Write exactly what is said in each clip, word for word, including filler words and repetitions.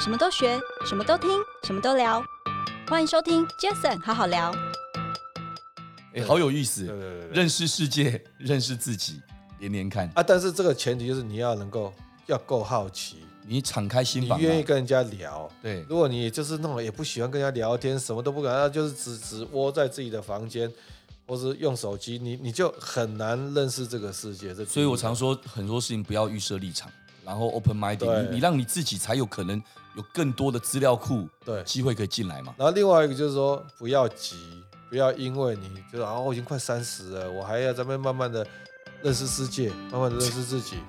什么都学，什么都听，什么都聊。欢迎收听 Jason 好好聊。 哎，好有意思， 对对对对， 认识世界，认识自己，连连看啊！但是这个前提就是你要能够要够好奇， 你敞开心房、啊， 你愿意跟人家聊。 对， 如果你就是那种也不喜欢跟人家聊天，什么都不敢，那就是只只窝在自己的房间，或是用手机，你你就很难认识这个世界。这所以我常说很多事情不要预设立场，然后 open minded， 你, 你让你自己才有可能有更多的资料库， 对， 机会可以进来嘛。 然后另外一个就是说，不要急，不要因为你觉得啊，我已经快三十了，我还要在那边慢慢的认识世界，慢慢的认识自己。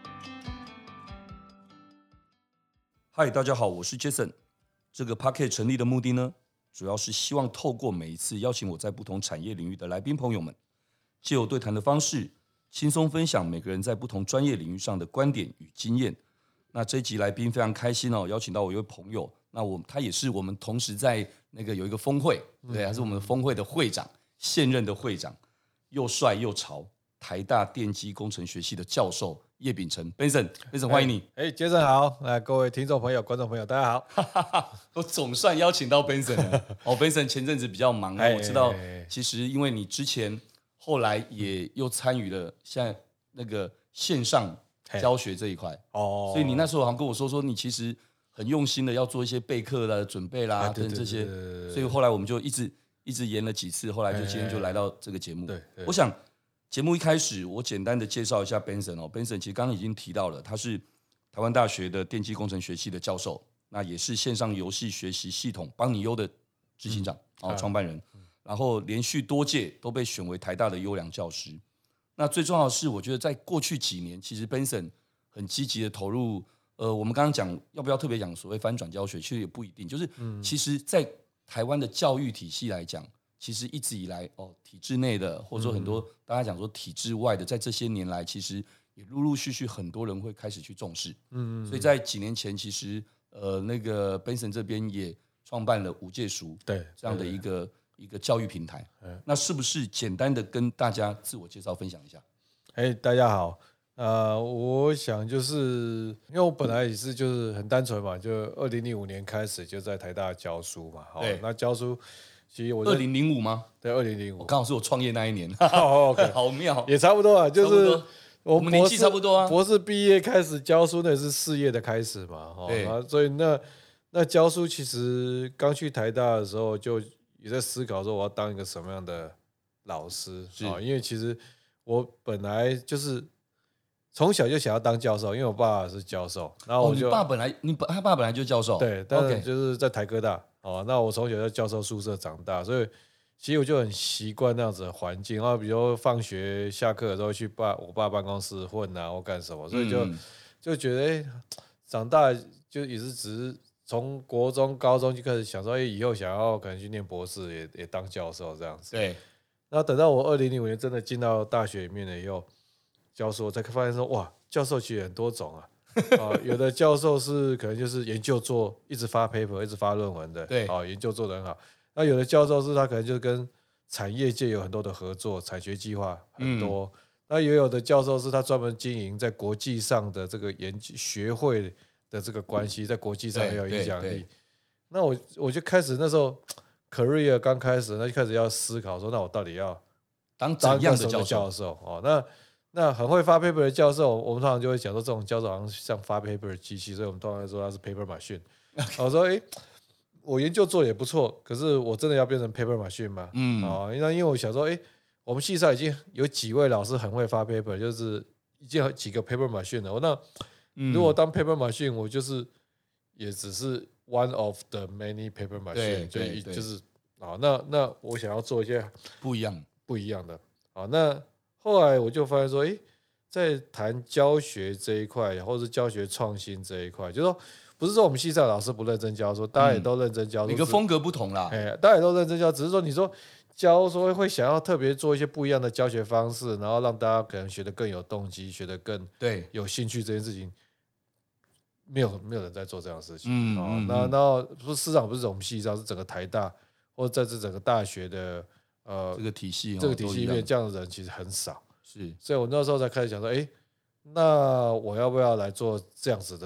嗨，大家好，我是 Jason。这个 Podcast 成立的目的呢，主要是希望透过每一次邀请我在不同产业领域的来宾朋友们，藉由对谈的方式，轻松分享每个人在不同专业领域上的观点与经验。那这一集来宾非常开心哦，邀请到我一位朋友，那我他也是我们同时在那个有一个峰会，对，他是我们峰会的会长，现任的会长，又帅又潮，台大电机工程学系的教授叶丙成 Benson，Benson 欢迎你。 哎，杰森好，来各位听众朋友、观众朋友，大家好。 我总算邀请到 Benson 了。哦 ，Benson 前阵子比较忙，我知道，其实因为你之前后来也又参与了现在那个线上教学这一块，哦，所以你那时候好像跟我说说，你其实很用心的要做一些备课的准备啦， 啊、 等这些，所以后来我们就一直一直延了几次，后来就今天就来到这个节目。 对， 我想节目一开始我简单的介绍一下 Benson 哦 ，Benson 其实刚刚已经提到了，他是台湾大学的电机工程学系的教授，那也是线上游戏学习系统邦尼优的执行长、嗯、哦，创办人，嗯、然后连续多届都被选为台大的优良教师。那最重要的是，我觉得在过去几年，其实 Benson 很积极的投入。呃，我们刚刚讲要不要特别讲所谓翻转教学，其实也不一定。就是，其实，在台湾的教育体系来讲，其实一直以来，哦，体制内的，或者说很多、嗯、大家讲说体制外的，在这些年来，其实也陆陆续续很多人会开始去重视。嗯，所以在几年前，其实呃，那个 Benson 这边也创办了无界塾， 对这样的一个一个教育平台。那是不是简单的跟大家自我介绍分享一下？ 哎，大家好。呃，我想就是因为我本来也是就是很单纯嘛，就二零零五年开始就在台大教书嘛。好，那教书其实我二零零五吗？ 对，二零零五， 我刚好是我创业那一年。 哦 ，OK， 好妙， 也差不多啊，就是我们年纪差不多啊。 博士毕业开始教书，那也是事业的开始嘛。哦， 对， 所以那那教书其实刚去台大的时候就也在思考说我要当一个什么样的老师啊，因为其实我本来就是。从小就想要当教授，因为我爸爸是教授，然后我就、 哦、你爸本来你他爸本来就是教授， 对，但是就是在台科大哦。那我从小在教授宿舍长大，所以其实我就很习惯那样子的环境。然后比如放学下课的时候去爸我爸办公室混啊，或干什么，所以就、嗯、就觉得、欸、长大就也是只是从国中、高中就开始想说，哎、欸，以后想要可能去念博士也，也也当教授这样子。 对。 然后等到我二零零五年真的进到大学里面了以后。教授才发现说，哇，教授其实很多种啊，啊，有的教授是可能就是研究做一直发 paper 一直发论文的， 对， 啊，研究做得很好。那有的教授是他可能就跟产业界有很多的合作，产学计划很多。嗯、那也有的教授是他专门经营在国际上的这个研究学会的这个关系，在国际上很有影响力。那我我就开始那时候 career 刚开始，那就开始要思考说，那我到底要当怎样的教授？ 教授哦，那。那很会发 paper 的教授，我们通常就会讲说，这种教授好像像发 paper 的机器，所以我们通常说他是 paper machine。Okay. 我说，哎、欸，我研究做也不错，可是我真的要變成 paper machine 嗎？嗯，哦，那因為我想說，哎、欸，我們系上已經有幾位老師很會發 paper，就是已經有幾個 paper machine 了。那如果當 paper machine，我就是也只是 one of the many paper machine， 所以就是啊，那那我想要做一些不一樣不一樣的啊，那。後來我就發現說，誒，在談教學這一塊，或者是教學創新這一塊，就是說，不是說我們系上老師不認真教，說大家也都認真教， 每個風格不同啦， 哎，大家也都認真教，只是說你說教說會想要特別做一些不一樣的教學方式，然後讓大家可能學得更有動機，學得更有興趣，這件事情，沒有沒有人在做這樣的事情。嗯，哦，那然後不是市場不是我們系上，是整個台大或者在這整個大學的。呃， 這個體系、哦， 這個體系裡面這樣的人其實很少， 是， 所以我那時候才開始想說，哎，那我要不要來做這樣子的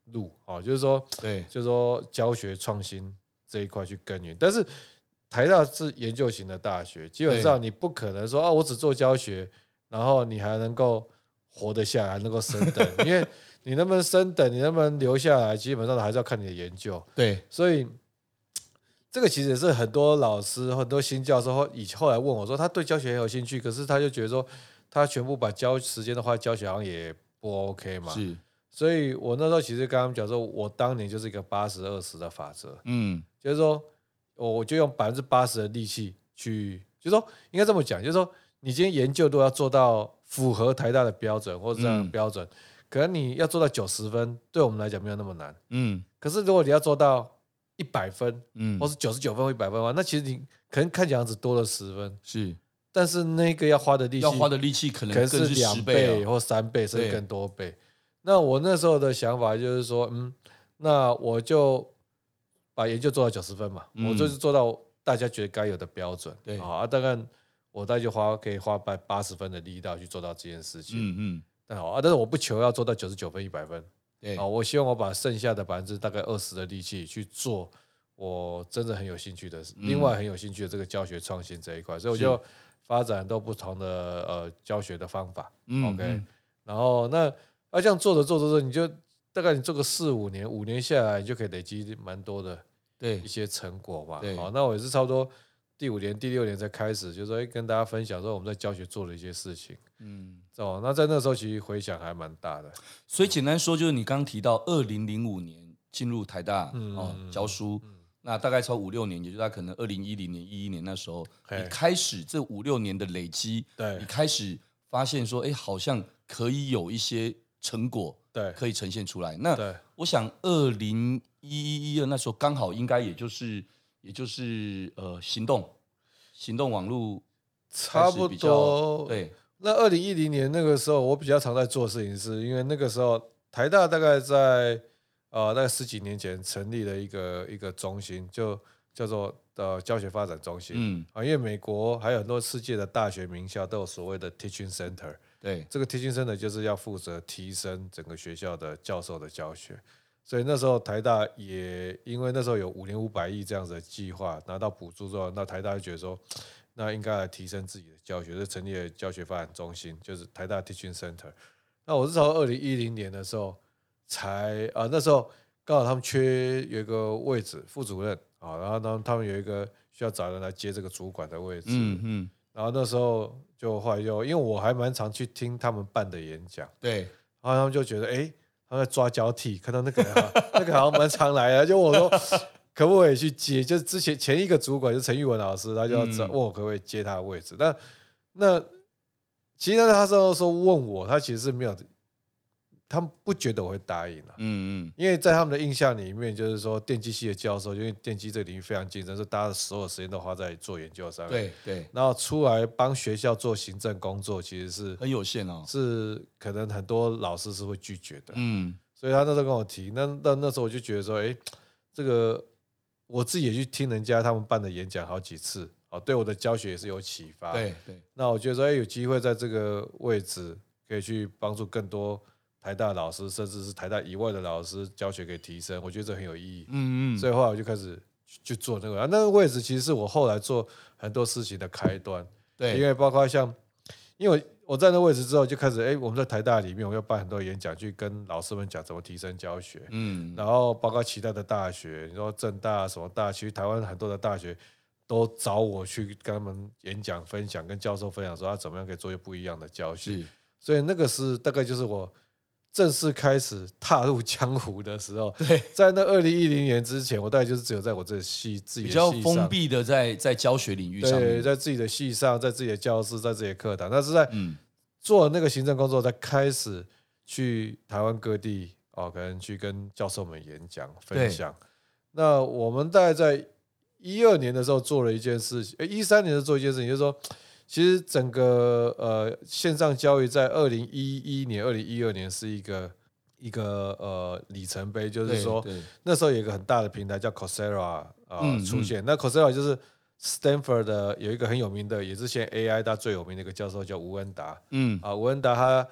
路哦，就是说， 对， 就是说教学创新这一块去耕耘。但是台大是研究型的大学，基本上你不可能说啊，我只做教学，然后你还能够活得下来，能够升等，因为你能不能升等，你能不能留下来，基本上还是要看你的研究。 对， 所以这个其实也是很多老师、很多新教授后以后来问我说，他对教学很有兴趣，可是他就觉得说，他全部把教时间都花在教学，好像也不 OK 嘛。 是， 所以我那时候其实跟他们讲说，我当年就是一个八十二十的法则， 嗯， 就是说，我我就用百分之八十的力气去，就是说应该这么讲，就是说，你今天研究都要做到符合台大的标准或者这样的标准，嗯、可能你要做到九十分，对我们来讲没有那么难，嗯。可是如果你要做到一百分，嗯，或是九十九分或一百分的话，那其实你可能看起来只多了十分， 是， 但是那个要花的力气， 要花的力气可能可能是两倍、 哦、 或三倍，甚至更多倍。那我那时候的想法就是说，嗯，那我就把研究做到九十分嘛，嗯、我就是做到大家觉得该有的标准，对啊，大概我大概就花可以花八八十分的力道去做到这件事情，嗯嗯，但好啊，但是我不求要做到九十九分、一百分。啊，我希望我把剩下的百分之大概二十的力气去做我真的很有兴趣的，嗯、另外很有兴趣的这个教学创新这一块，所以我就发展很多不同的呃教学的方法，嗯、OK，嗯、然后那啊这样做着做着做，你就大概你做个四五年，五年下来，你就可以累积蛮多的对一些成果嘛。好，那我也是差不多第五年、第六年才开始，就是说跟大家分享说我们在教学做的一些事情，嗯。哦，那在那时候其实回响还蛮大的， 所以简单说就是你刚刚提到二零零五年进入台大、嗯哦、教书，嗯、那大概超五六年，也就是他可能二零一零年、一一年那时候，你开始这五六年的累积，对，你开始发现说，哎，好像可以有一些成果，对，可以呈现出来。那我想二零一一一二那时候刚好应该也就是也就是呃行动行动网络差不多对。 那二零一零年那个时候，我比较常在做的事情是，因为那个时候台大大概在呃大概十几年前成立了一个一个中心，就叫做呃教学发展中心。嗯啊，因为美国还有很多世界的大学名校都有所谓的 teaching center。对，这个 teaching center 就是要负责提升整个学校的教授的教学。所以那时候台大也因为那时候有五年五百亿这样子的计划拿到补助之后，那台大就觉得说，那应该来提升自己的教学，就成立了教学发展中心，就是台大 Teaching Center。那我是从二零一零年的时候才啊，那时候刚好他们缺有一个位置副主任啊，然后呢他们有一个需要找人来接这个主管的位置，嗯嗯，然后那时候就后来就因为我还蛮常去听他们办的演讲，对，然后他们就觉得哎。欸他在抓交替，看到那个那个好像蛮常来的，就我说可不可以去接？就是之前前一个主管就陈玉文老师，他就要问我可不可以接他的位置。那那其实他那时候问我，他其实是没有，他们不觉得我会答应啊。嗯嗯，因为在他们的印象里面，就是说电机系的教授，因为电机这个领域非常竞争，是大家的所有时间都花在做研究上面。对对，然后出来帮学校做行政工作，其实是很有限哦， 是可能很多老师是会拒绝的。嗯，所以他那时候跟我提，那那那时候我就觉得说，哎，这个我自己也去听人家他们办的演讲好几次，哦，对我的教学也是有启发。对对，那我觉得说，哎，有机会在这个位置可以去帮助更多台大老师，甚至是台大以外的老师教学可以提升，我觉得这很有意义。嗯嗯，所以后来我就开始去做那个，啊，那个位置其实是我后来做很多事情的开端。对，因为包括像，因为我我在那位置之后就开始，哎、欸，我们在台大里面，我们要办很多演讲，去跟老师们讲怎么提升教学。嗯，然后包括其他的大学，你说政大什么大，其实台湾很多的大学都找我去跟他们演讲、分享，跟教授分享说他怎么样可以做一不一样的教学。所以那个是大概就是我正式开始踏入江湖的时候。对，在那二零一零年之前，我大概就是只有在我这系自己的系上比较封闭的在在教学领域上面， 对，在自己的系上，在自己的教室，在自己的课堂。但是在做那个行政工作，才开始去台湾各地哦，可能去跟教授们演讲分享。那我们大概在一二年的时候做了一件事情，一三年的时候做一件事情，就是说，其实整个呃线上教育在二零一一年、二零一二年是一个一个呃里程碑，就是说那时候有一个很大的平台叫 Coursera 啊、呃嗯、出现。嗯、那 Coursera 就是 Stanford 的有一个很有名的，也是现在 A I 大最有名的一个教授叫吴恩达。嗯啊，吴恩达他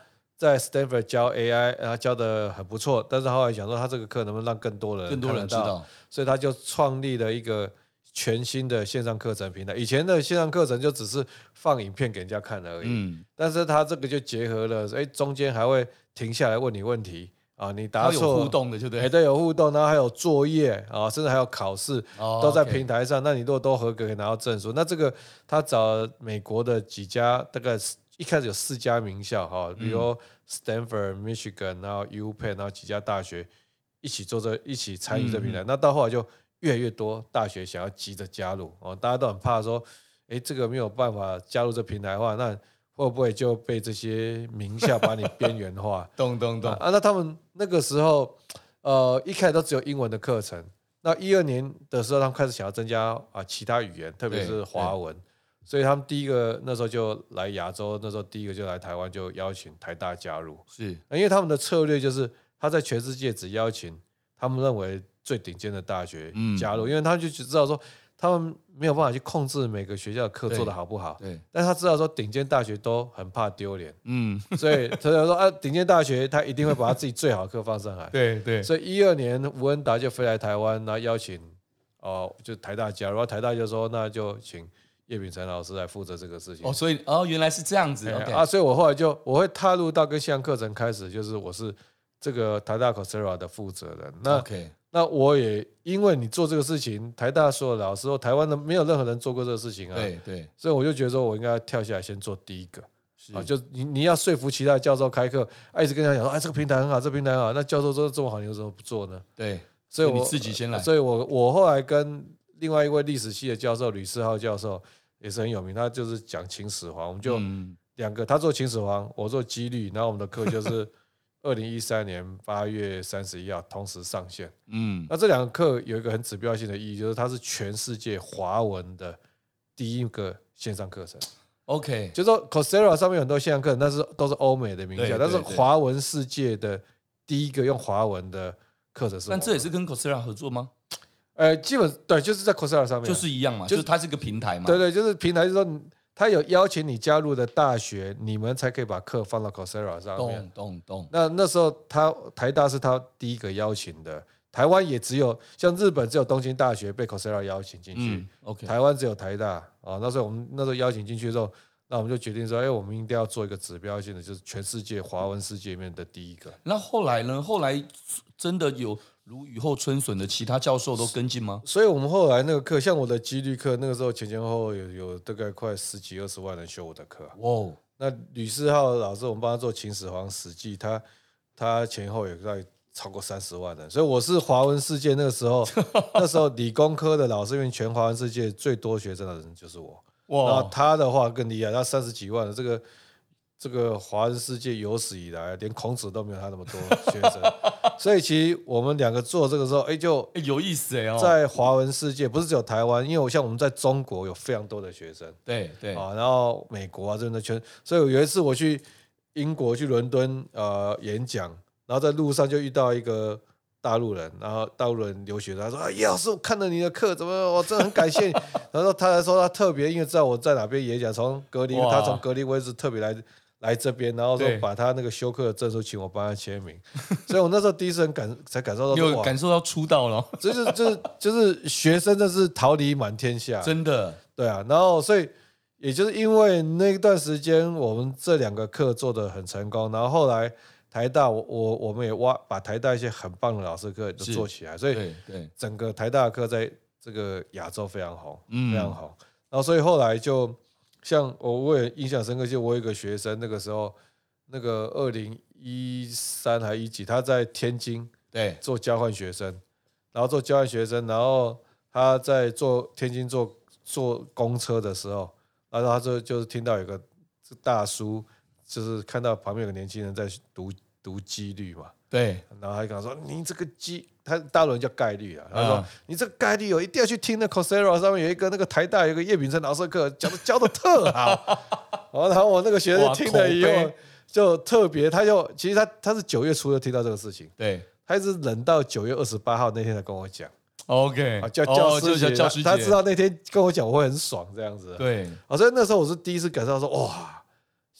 在 Stanford 教 A I， 然后教的很不错，但是后来想说他这个课能不能让更多人更多人知道， 所以他就创立了一个全新的线上课程平台。以前的线上课程就只是放影片给人家看而已，嗯，但是他这个就结合了，哎，中间还会停下来问你问题啊，你答错有互动的，对不对？ 对，有互动，然后还有作业啊，甚至还有考试，哦、都在平台上。那你如果都合格，可以拿到证书。那这个他找美国的几家，大概一开始有四家名校哈，比如 Stanford、Michigan， 然后 UPenn， 然后几家大学一起做这，一起参与这平台。嗯、那到后来就越来越多大学想要急着加入哦，大家都很怕说，哎，这个没有办法加入这平台的话，那会不会就被这些名校把你边缘化？ 懂懂懂啊！那他们那个时候，呃，一开始都只有英文的课程。那一二年的时候，他们开始想要增加啊其他语言，特别是华文。所以他们第一个那时候就来亚洲，那时候第一个就来台湾，就邀请台大加入。 是， 因为他们的策略就是他在全世界只邀请他们认为最顶尖的大学加入，嗯、因为他们就知道说。他们没有办法去控制每个学校的课做得好不好，对，但他知道说顶尖大学都很怕丢脸，嗯，所以他就说啊，顶尖大学他一定会把他自己最好的课放上来， 对对， 所以一二年吴恩达就飞来台湾，然后邀请哦，就台大加入，然后台大就说那就请叶丙成老师来负责这个事情， 哦，所以哦原来是这样子 ，OK 啊，所以我后来就我会踏入到跟线上课程开始，就是我是这个台大 Coursera 的负责人，那 OK。 那我也因为你做这个事情，台大所有老师或台湾的没有任何人做过这个事情啊， 对对， 所以我就觉得说我应该要跳下来先做第一个啊，就你你要说服其他的教授开课，啊、一直跟他讲说，哎，这个平台很好，这个平台很好，那教授做这么好，你为什么不做呢？ 对， 所以我你自己先来， 所以我我后来跟另外一位历史系的教授吕世浩教授也是很有名，他就是讲秦始皇，我们就两个，他做秦始皇，我做几率，然后我们的课就是。二零一三年八月三十一号同时上线，嗯，那这两个课有一个很指标性的意义，就是它是全世界华文的第一个线上课程。 OK， 就是说 Coursera 上面有很多线上课程，但是都是欧美的名校，但是华文世界的第一个用华文的课程是。 但这也是跟 Coursera 合作吗？ 呃，基本对，就是在 Coursera 上面， 就是一样嘛，就是它是个平台嘛。 对对，就是平台，就是说。他有邀请你加入的大学，你们才可以把课放到 Coursera 上面。 懂懂懂。 那那时候他台大是他第一个邀请的，台湾也只有像日本只有东京大学被 Coursera 邀请进去，嗯 okay、台湾只有台大啊。那时候我们那时候邀请进去之后，那我们就决定说，哎，我们一定要做一个指标性的，就是全世界华文世界里面的第一个。 那后来呢？后来真的有如雨后春笋的其他教授都跟进吗？ 所以我们后来那个课，像我的几率课，那个时候前前后后有有大概快十几二十万人修我的课。哇！那吕世浩老师，我们帮他做秦始皇史记，他他前后也在超过三十万人。所以我是华文世界那个时候，那时候理工科的老师，因为全华文世界最多学生的人就是我。哇！然后他的话更厉害，他三十几万的这个这个华文世界有史以来，连孔子都没有他那么多学生。所以其实我们两个做这个时候，哎，就有意思哎哦， 在华文世界不是只有台湾，因为我像我们在中国有非常多的学生， 对对啊，然后美国啊这边的圈，所以有一次我去英国去伦敦呃演讲，然后在路上就遇到一个大陆人，然后大陆人留学，他说：“哎，叶老师，我看了你的课，怎么我真的很感谢你。”然后他还说他特别因为知道我在哪边演讲，从格林，他从格林威治特别来。来这边，然后说把他那个修课的证书请我帮他签名，所以我那时候第一次很感才感受到， 有感受到出道了， 就是就是就是学生真是桃李满天下， 真的， 对啊，然后所以也就是因为那段时间我们这两个课做得很成功，然后后来台大我我我们也挖把台大一些很棒的老师课都做起来，所以对整个台大的课在这个亚洲非常红，非常好，然后所以后来就。像我我也印象深刻，就我有一个学生，那个时候那个二零一三还一几，他在天津对做交换学生，然后做交换学生，然后他在做天津坐坐公车的时候，然后他就就是听到有个大叔，就是看到旁边有个年轻人在读读几率嘛， 对， 然后他就跟他说：“你这个几。”他大陆人叫概率啊，他说、嗯、你这个概率哦，一定要去听那 Coursera 上面有一个那个台大有一个叶丙成老师的课，讲的教的特好。然后我那个学生听了以后就特别，他就其实他他是九月初就听到这个事情， 对， 他一直忍到九月二十八号那天才跟我讲。 OK， 啊、叫教师节、 哦、教师节， 他知道那天跟我讲我会很爽这样子。 对， 啊，所以那时候我是第一次感受到说哇。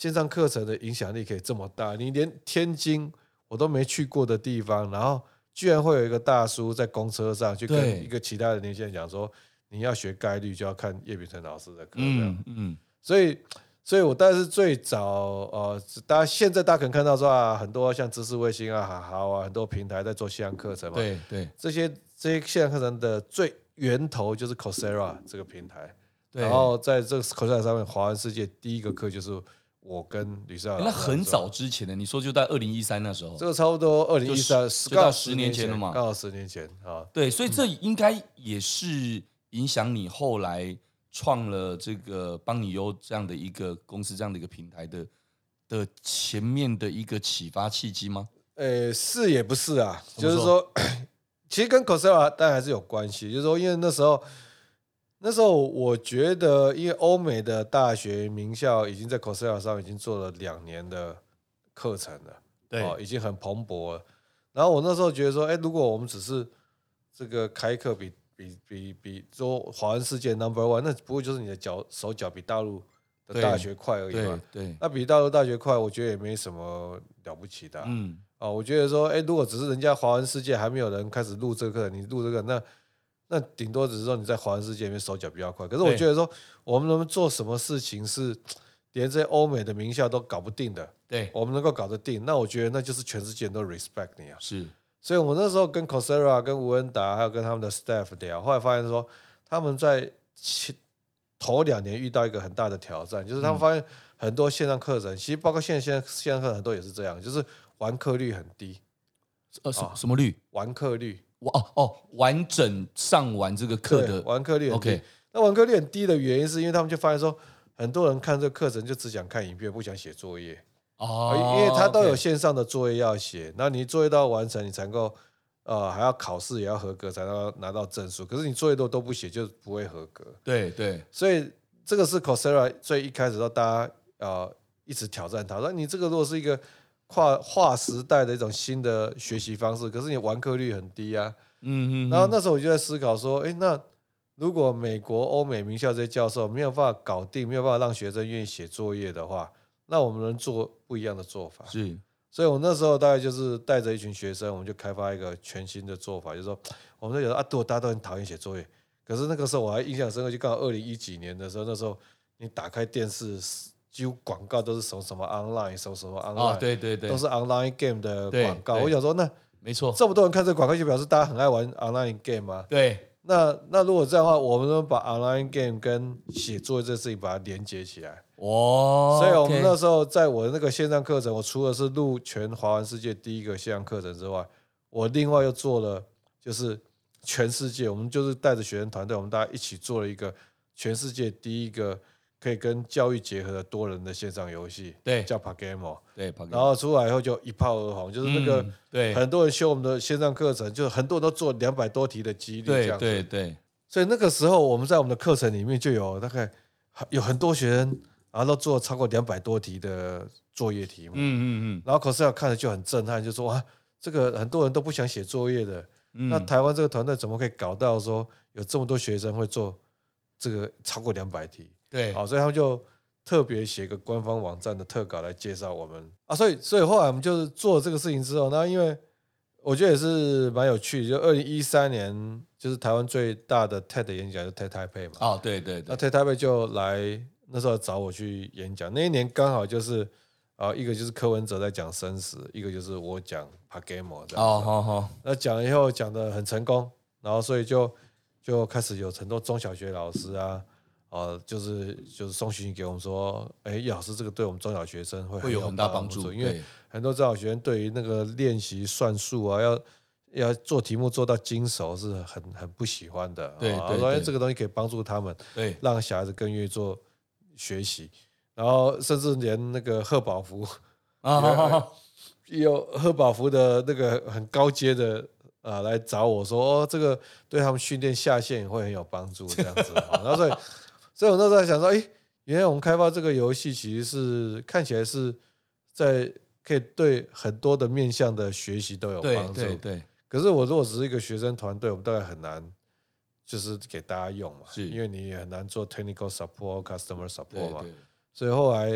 线上课程的影响力可以这么大，你连天津我都没去过的地方，然后居然会有一个大叔在公车上去跟一个其他的年轻人讲说，你要学概率就要看叶秉成老师的课，嗯嗯，所以，所以我当然是最早呃，大家现在大家可能看到说啊，很多像知识卫星啊、好好啊，很多平台在做线上课程嘛， 对对， 这些这些线上课程的最源头就是 Coursera 这个平台，然后在这个 Coursera 上面，华文世界第一个课就是我跟吕少， 那很早之前的，你说就在二零一三那时候， 这个差不多二零一三， 就到十年前了嘛， 刚好十年前啊。 对，所以这应该也是影响你后来创了这个帮你优这样的一个公司，这样的一个平台的的前面的一个启发契机吗？ 呃，是也不是啊，就是说，其实跟 Coursera 当然还是有关系，就是说，因为那时候。那时候我觉得，因为欧美的大学名校已经在 Coursera 上已经做了两年的课程了， 对、 哦，已经很蓬勃了。然后我那时候觉得说，哎，如果我们只是这个开课比比比比说华文世界 number one， 那不过就是你的脚手脚比大陆的大学快而已嘛。 对，对那比大陆大学快，我觉得也没什么了不起的、啊。嗯，哦，我觉得说，哎，如果只是人家华文世界还没有人开始录这个课，你录这个那。那顶多只是说你在华人世界里面手脚比较快，可是我觉得说我们能不能做什么事情是连这些欧美的名校都搞不定的， 对， 我们能够搞得定，那我觉得那就是全世界都 respect 你啊。 是， 所以我那时候跟 Coursera、跟吴恩达还有跟他们的 staff 聊，后来发现说他们在头两年遇到一个很大的挑战，就是他们发现很多线上课程，其实包括现在现在线上课程很多也是这样，就是完课率很低。 呃，什什么率？ 完课率。 哦哦，完整上完这个课的完课率很低。 OK， 那完课率很低的原因是因为他们就发现说，很多人看这个课程就只想看影片，不想写作业。哦，因为他都有线上的作业要写，那你作业都要完成，你才能够呃还要考试也要合格，才能拿到证书。可是你作业都都不写，就不会合格。 对对， 所以这个是 Coursera 最一开始说大家呃一直挑战他，说你这个如果是一个跨划时代的一种新的学习方式，可是你完课率很低啊。嗯嗯。然后那时候我就在思考说，哎，那如果美国、欧美名校这些教授没有办法搞定，没有办法让学生愿意写作业的话，那我们能做不一样的做法。 是。 所以我那时候大概就是带着一群学生，我们就开发一个全新的做法，就是说，我们就觉得啊，对，大家都很讨厌写作业，可是那个时候我还印象深刻，就刚好二零一几年的时候，那时候你打开电视。几乎广告都是什么什么 online 什么什么 online，、哦、 对对对， 都是 online game 的广告。我想说，那没错， 这么多人看这个广告，就表示大家很爱玩 online game 吗？ 对。 那那如果这样的话，我们能把 online game 跟写作业这事情把它连接起来。哦，所以我们那时候在我的那个线上课程，我除了是录全华文世界第一个线上课程之外，我另外又做了就是全世界，我们就是带着学生团队，我们大家一起做了一个全世界第一个。可以跟教育结合的多人的线上游戏， 对， 叫 Pagamo， 对， 然后出来以后就一炮而红，就是那个，嗯、对，很多人修我们的线上课程，就很多人都做两百多题的几率，这样子， 对对对。 所以那个时候我们在我们的课程里面就有大概有很多学生，然后都做超过两百多题的作业题目，嗯嗯嗯。然后 Coursera 看着就很震撼，就说哇，这个很多人都不想写作业的，嗯、那台湾这个团队怎么可以搞到说有这么多学生会做这个超过两百题？ 对， 好，所以他们就特别写个官方网站的特稿来介绍我们啊，所以所以后来我们就是做了这个事情之后，那因为我觉得也是蛮有趣的，就二零一三年就是台湾最大的 TED 演讲就 TED Taipei 嘛， 哦，对对对， 那 TED Taipei 就来那时候找我去演讲，那一年刚好就是啊，一个就是柯文哲在讲生死，一个就是我讲 Pagamo 这样，哦好好，那讲了以后讲得很成功，然后所以就就开始有很多中小学老师啊。呃，就是就是送讯息给我们说，哎，叶老师，这个对我们中小学生会会有很大帮助， 因为很多中小学生对于那个练习算术啊，要要做题目做到精熟是很很不喜欢的。 对对， 所以这个东西可以帮助他们， 对， 让小孩子更愿意做学习，然后甚至连那个贺宝福啊，有贺宝福的那个很高阶的。啊，来找我说，哦，这个对他们训练下线也会很有帮助，这样子。然后所以，所以我那时候在想说，哎，原来我们开发这个游戏，其实是看起来是在可以对很多的面向的学习都有帮助。 对对对。 可是我如果只是一个学生团队，我们大概很难就是给大家用嘛，因为你也很难做 technical support、customer support 嘛。所以后来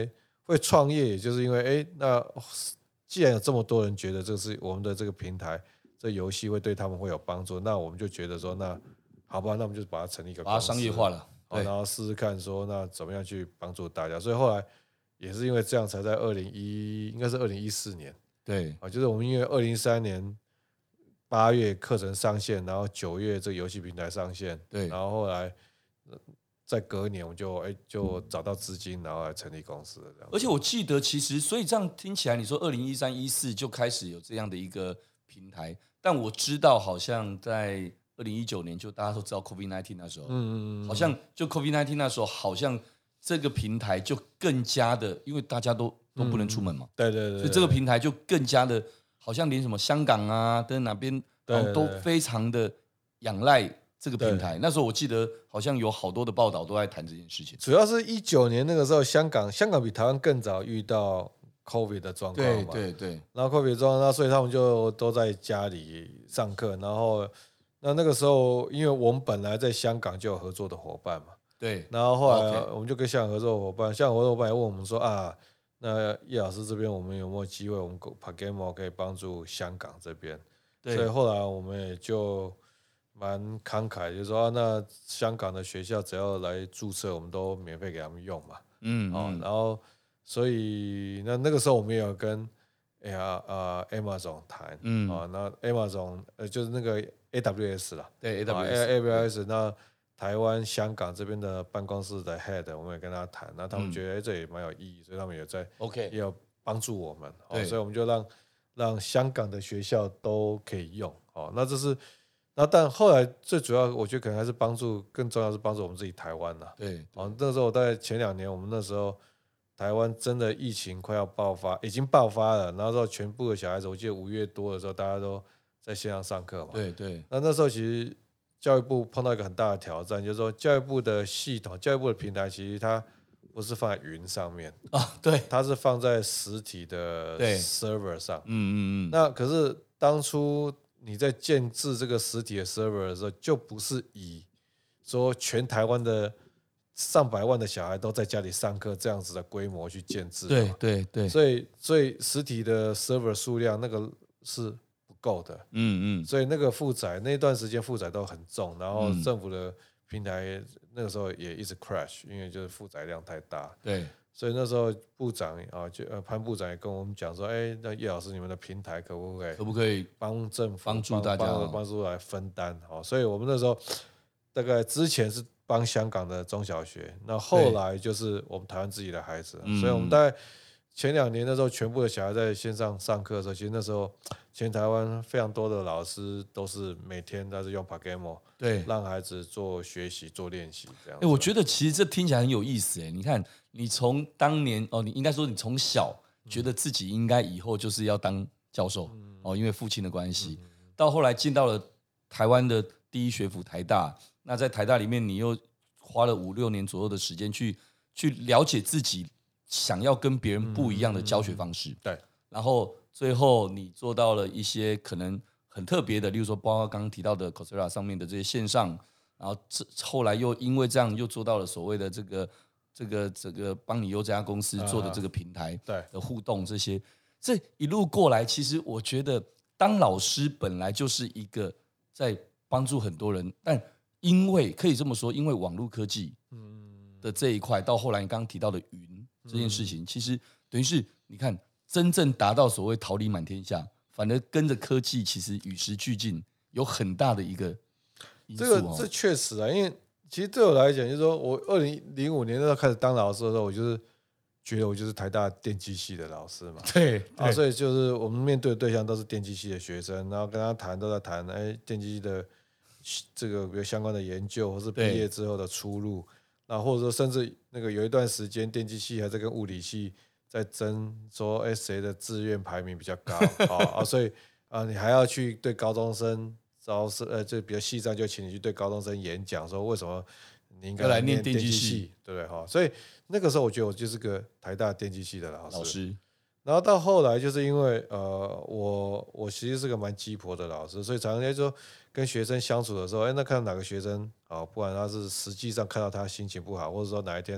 会创业，也就是因为哎，那既然有这么多人觉得这是我们的这个平台，这游戏会对他们会有帮助，那我们就觉得说，那好吧，那我们就把它成立一个公司， 把它商业化了， 对，然后试试看说，那怎么样去帮助大家。所以后来也是因为这样，才在二零一应该是二零一四年， 对啊，就是我们因为二零一三年八月课程上线，然后九月这个游戏平台上线， 对， 然后后来。在隔一年，我就哎、欸、就找到资金，然后来成立公司了这样。 而且我记得，其实所以这样听起来，你说二零一三一四就开始有这样的一个平台，但我知道好像在二零一九年，就大家都知道 COVID 十九 那时候，嗯嗯嗯，好像就 COVID 十九 那时候，好像这个平台就更加的，因为大家都都不能出门嘛， 嗯、对, 对对对， 所以这个平台就更加的，好像连什么香港啊，跟哪边都非常的仰赖。这个平台那时候我记得好像有好多的报道都在谈这件事情。 主要是一九年那个时候，香港香港比台湾更早遇到 COVID 的状况嘛， 对对对。 然后 COVID 状况，那所以他们就都在家里上课。然后那那个时候，因为我们本来在香港就有合作的伙伴嘛， 对。 然后后来我们就跟香港合作的伙伴，香港合作伙伴也问我们说啊，那叶老师这边我们有没有机会，我们 Pagamo 可以帮助香港这边？所以后来我们也就。蛮慷慨，就是说、啊，那香港的学校只要来注册，我们都免费给他们用嘛。嗯，哦，然后所以那那个时候我们也有跟哎呀呃 Amazon 谈，嗯，啊，那 Amazon 呃就是那个 A W S 啦， 对 A W S，A W S 那台湾、香港这边的办公室的 head， 我们也跟他谈，那他们觉得、嗯、这也蛮有意义，所以他们也在 OK 也有帮助我们，哦，所以我们就让让香港的学校都可以用，哦，那这是。那但后来最主要，我觉得可能还是帮助，更重要是帮助我们自己台湾啦。 对， 哦，那时候大概前两年，我们那时候台湾真的疫情快要爆发，已经爆发了。然后之后全部的小孩子，我记得五月多的时候，大家都在线上上课嘛。 对对。 那那时候其实教育部碰到一个很大的挑战，就是说教育部的系统、教育部的平台，其实它不是放在云上面啊，对， 它是放在实体的 server 上。嗯嗯嗯。 那可是当初。你在建置这个实体的 server 的时候，就不是以说全台湾的上百万的小孩都在家里上课这样子的规模去建置。 对对对。 所以所以实体的 server 数量那个是不够的。嗯嗯。所以那个负载那段时间负载都很重，然后政府的平台那个时候也一直 crash， 因为就是负载量太大。 对。 所以那时候部长啊，就呃潘部长也跟我们讲说，哎，那叶老师你们的平台可不可以可不可以帮政府帮助大家帮助来分担？好，所以我们那时候大概之前是帮香港的中小学，那后来就是我们台湾自己的孩子，所以我们大概前两年的时候，全部的小孩在线上上课的时候，其实那时候全台湾非常多的老师都是每天都是用 Pagamo， 对，让孩子做学习、做练习这样。 哎，我觉得其实这听起来很有意思哎，你看。你从当年哦，你应该说你从小觉得自己应该以后就是要当教授、嗯、哦，因为父亲的关系、嗯，到后来进到了台湾的第一学府台大，那在台大里面你又花了五六年左右的时间去去了解自己想要跟别人不一样的教学方式，嗯、 对， 然后最后你做到了一些可能很特别的，例如说包括刚刚提到的 Coursera 上面的这些线上，然后后来又因为这样又做到了所谓的这个。这个这个帮你优这家公司做的这个平台的互动，这些、uh, 这一路过来，其实我觉得当老师本来就是一个在帮助很多人，但因为可以这么说，因为网络科技的这一块，到后来你刚刚提到的云这件事情，其实等于是你看真正达到所谓桃李满天下，反而跟着科技其实与时俱进，有很大的一个因素、哦、 这个这确实啊，因为。其实对我来讲，就是说我二零零五年那时候开始当老师的时候，我就是觉得我就是台大电机系的老师嘛。 对啊，所以就是我们面对的对象都是电机系的学生，然后跟他谈都在谈，哎，电机系的这个比如相关的研究，或是毕业之后的出路，那或者说甚至那个有一段时间，电机系还在跟物理系在争，说哎谁的志愿排名比较高啊，所以啊你还要去对高中生。然后是呃，就比如系上就请你去对高中生演讲，说为什么你应该来念电机系，对不对哈？所以那个时候我觉得我就是个台大电机系的老师。 老师然后到后来就是因为呃，我我其实是个蛮鸡婆的老师，所以常常在说跟学生相处的时候，哎，那看到哪个学生啊，不管他是实际上看到他心情不好，或者说哪一天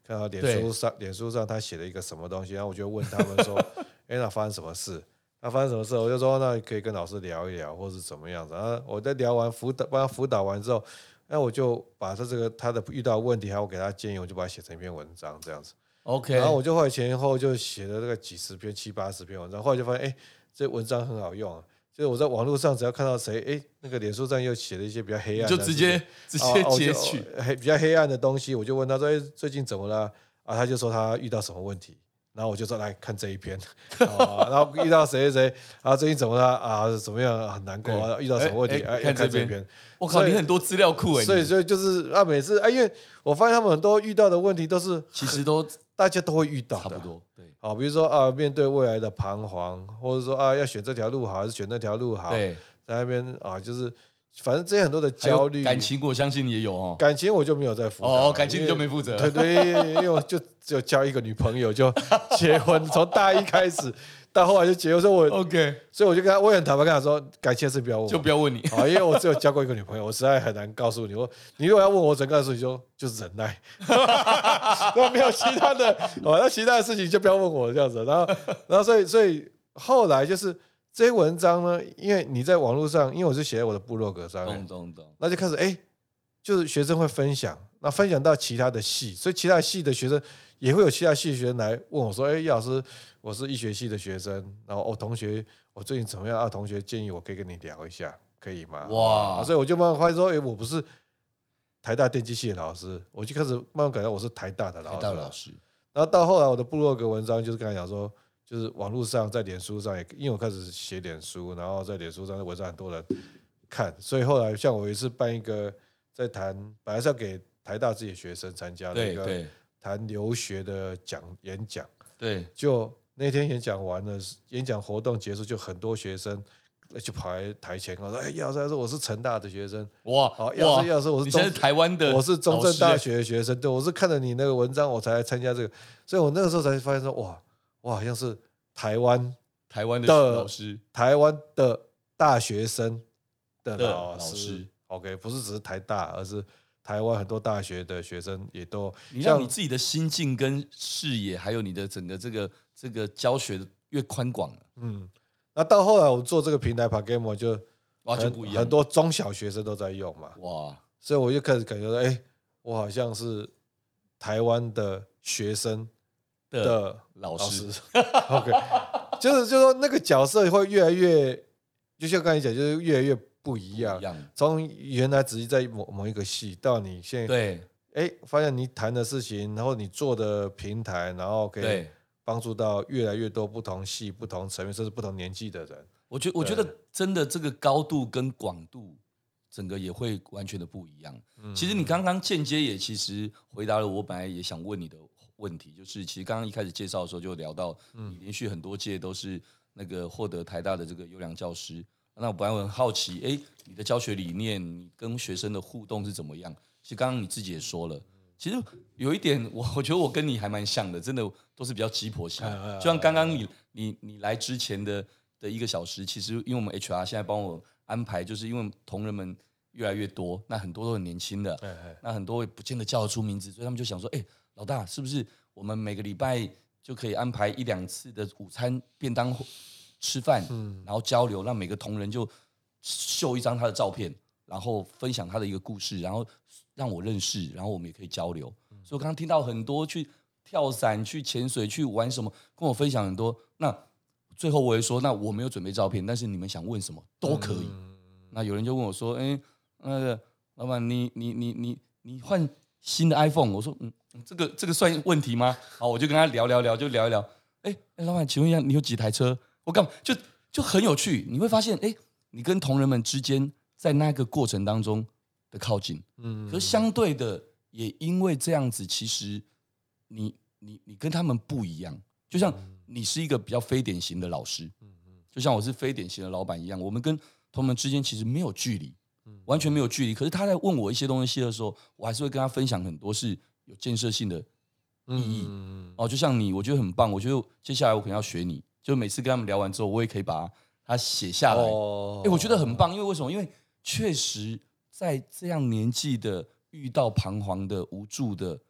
看到脸书上脸书上他写了一个什么东西，然后我就问他们说，哎，那发生什么事？那发生什么事？我就说那可以跟老师聊一聊，或是怎么样子。然后我在聊完辅导，帮他辅导完之后，那我就把他这个他的遇到的问题，还有我给他建议，我就把它写成一篇文章这样子。 OK， 然后我就后来前后就写了这个几十篇、七八十篇文章，后来就发现，哎，这文章很好用啊。就是我在网络上只要看到谁，哎，那个脸书上又写了一些比较黑暗的， 就直接直接截取、 哦、黑比较黑暗的东西，我就问他说，哎，最近怎么了？啊，他就说他遇到什么问题，然后我就说来看这一篇，啊、然后遇到谁谁谁，啊，最近怎么了？啊，怎么样？很难过啊，遇到什么问题？哎，看这篇。 我靠，你很多资料库哎， 所以所以就是啊，每次啊，因为我发现他们很多遇到的问题都是， 其实都大家都会遇到的， 差不多。对， 好，比如说啊，面对未来的彷徨，或者说啊，要选这条路好还是选那条路好？ 对， 在那边啊，就是反正这些很多的焦虑。 感情我相信你也有哦。 感情我就没有在负责。 哦，感情你就没负责。 对对，因为我就只有交一个女朋友就结婚，从大一开始到后来就结婚，所以我 OK， 所以我就跟他，我也很坦白跟他说，感情的事不要问我， 就不要问你啊，因为我只有交过一个女朋友，我实在很难告诉你。我你如果要问我整个事情，就就是忍耐，那没有其他的，哦，那其他的事情就不要问我这样子。然后，然后所以所以后来就是这些文章呢，因为你在网络上，因为我是写在我的部落格上面， 懂懂懂， 那就开始哎，就是学生会分享，那分享到其他的系，所以其他的系的学生也会有其他系的学生来问我说，哎，叶老师，我是医学系的学生，然后哦，同学，我最近怎么样啊？同学建议我可以跟你聊一下，可以吗？哇！所以我就慢慢发现说，哎，我不是台大电机系的老师，我就开始慢慢感到我是台大的老师。 台大老师。 然后到后来，我的部落格文章就是刚才讲说，就是网络上在脸书上也，因为我开始写脸书，然后在脸书上的文章很多人看，所以后来像我有一次办一个在谈，本来是要给台大自己的学生参加的一个谈留学的讲演讲， 对， 就那天演讲完了，演讲活动结束，就很多学生就跑来台前，我说：“哎，叶老师，我是成大的学生。”哇，好，叶老师，叶老师，我是中台湾的， 我是中正大学的学生，对，我是看了你那个文章，我才来参加这个，所以我那个时候才发现说，哇，我好像是台湾台湾的老师， 台湾的大学生的老师。OK， 不是只是台大，而是台湾很多大学的学生也都。 你让你自己的心境跟视野，还有你的整个这个这个教学越宽广了。 嗯，那到后来我做这个平台 Pagamo 就哇就不一样， 很多中小学生都在用嘛。哇，所以我就开始感觉到，哎、欸，我好像是台湾的学生的老师。老师OK， 就是就是说那个角色会越来越，就像刚才讲，就是越来越。不一样，从原来只是在某某一个系，到你现在对， 哎，发现你谈的事情，然后你做的平台，然后可以帮助到越来越多不同系、不同层面，甚至不同年纪的人。 我觉得，我觉得真的这个高度跟广度，整个也会完全的不一样。嗯、其实你刚刚间接也其实回答了我本来也想问你的问题，就是其实刚刚一开始介绍的时候就聊到，你连续很多届都是那个获得台大的这个优良教师。那我本来我很好奇，哎，你的教学理念，你跟学生的互动是怎么样？其实刚刚你自己也说了，其实有一点，我我觉得我跟你还蛮像的，真的都是比较鸡婆型。就像刚刚你你你来之前的的一个小时，其实因为我们 H R 现在帮我安排，就是因为同仁们越来越多，那很多都很年轻的，那很多也不见得叫得出名字，所以他们就想说，哎，老大，是不是我们每个礼拜就可以安排一两次的午餐便当吃饭，然后交流，让每个同仁就秀一张他的照片，然后分享他的一个故事，然后让我认识，然后我们也可以交流。所以我刚刚听到很多去跳伞、去潜水、去玩什么，跟我分享很多。那最后我也说，那我没有准备照片，但是你们想问什么都可以。嗯、那有人就问我说：“哎，那个老板，你你你你你换新的 iPhone？” 我说：“嗯，这个这个算问题吗？”好，我就跟他聊聊聊，就聊一聊。哎，老板，请问一下，你有几台车？我干嘛就就很有趣，你会发现，哎，你跟同仁们之间在那个过程当中的靠近，嗯，可是相对的，也因为这样子，其实你你你跟他们不一样，就像你是一个比较非典型的老师，嗯嗯，就像我是非典型的老板一样，我们跟同仁之间其实没有距离，完全没有距离。可是他在问我一些东西的时候，我还是会跟他分享很多是有建设性的意义，嗯、哦，就像你，我觉得很棒，我觉得接下来我可能要学你。就每次跟他们聊完之后，我也可以把它写下来。哦，欸，我觉得很棒，因为为什么？因为确实在这样年纪的遇到彷徨的、无助的，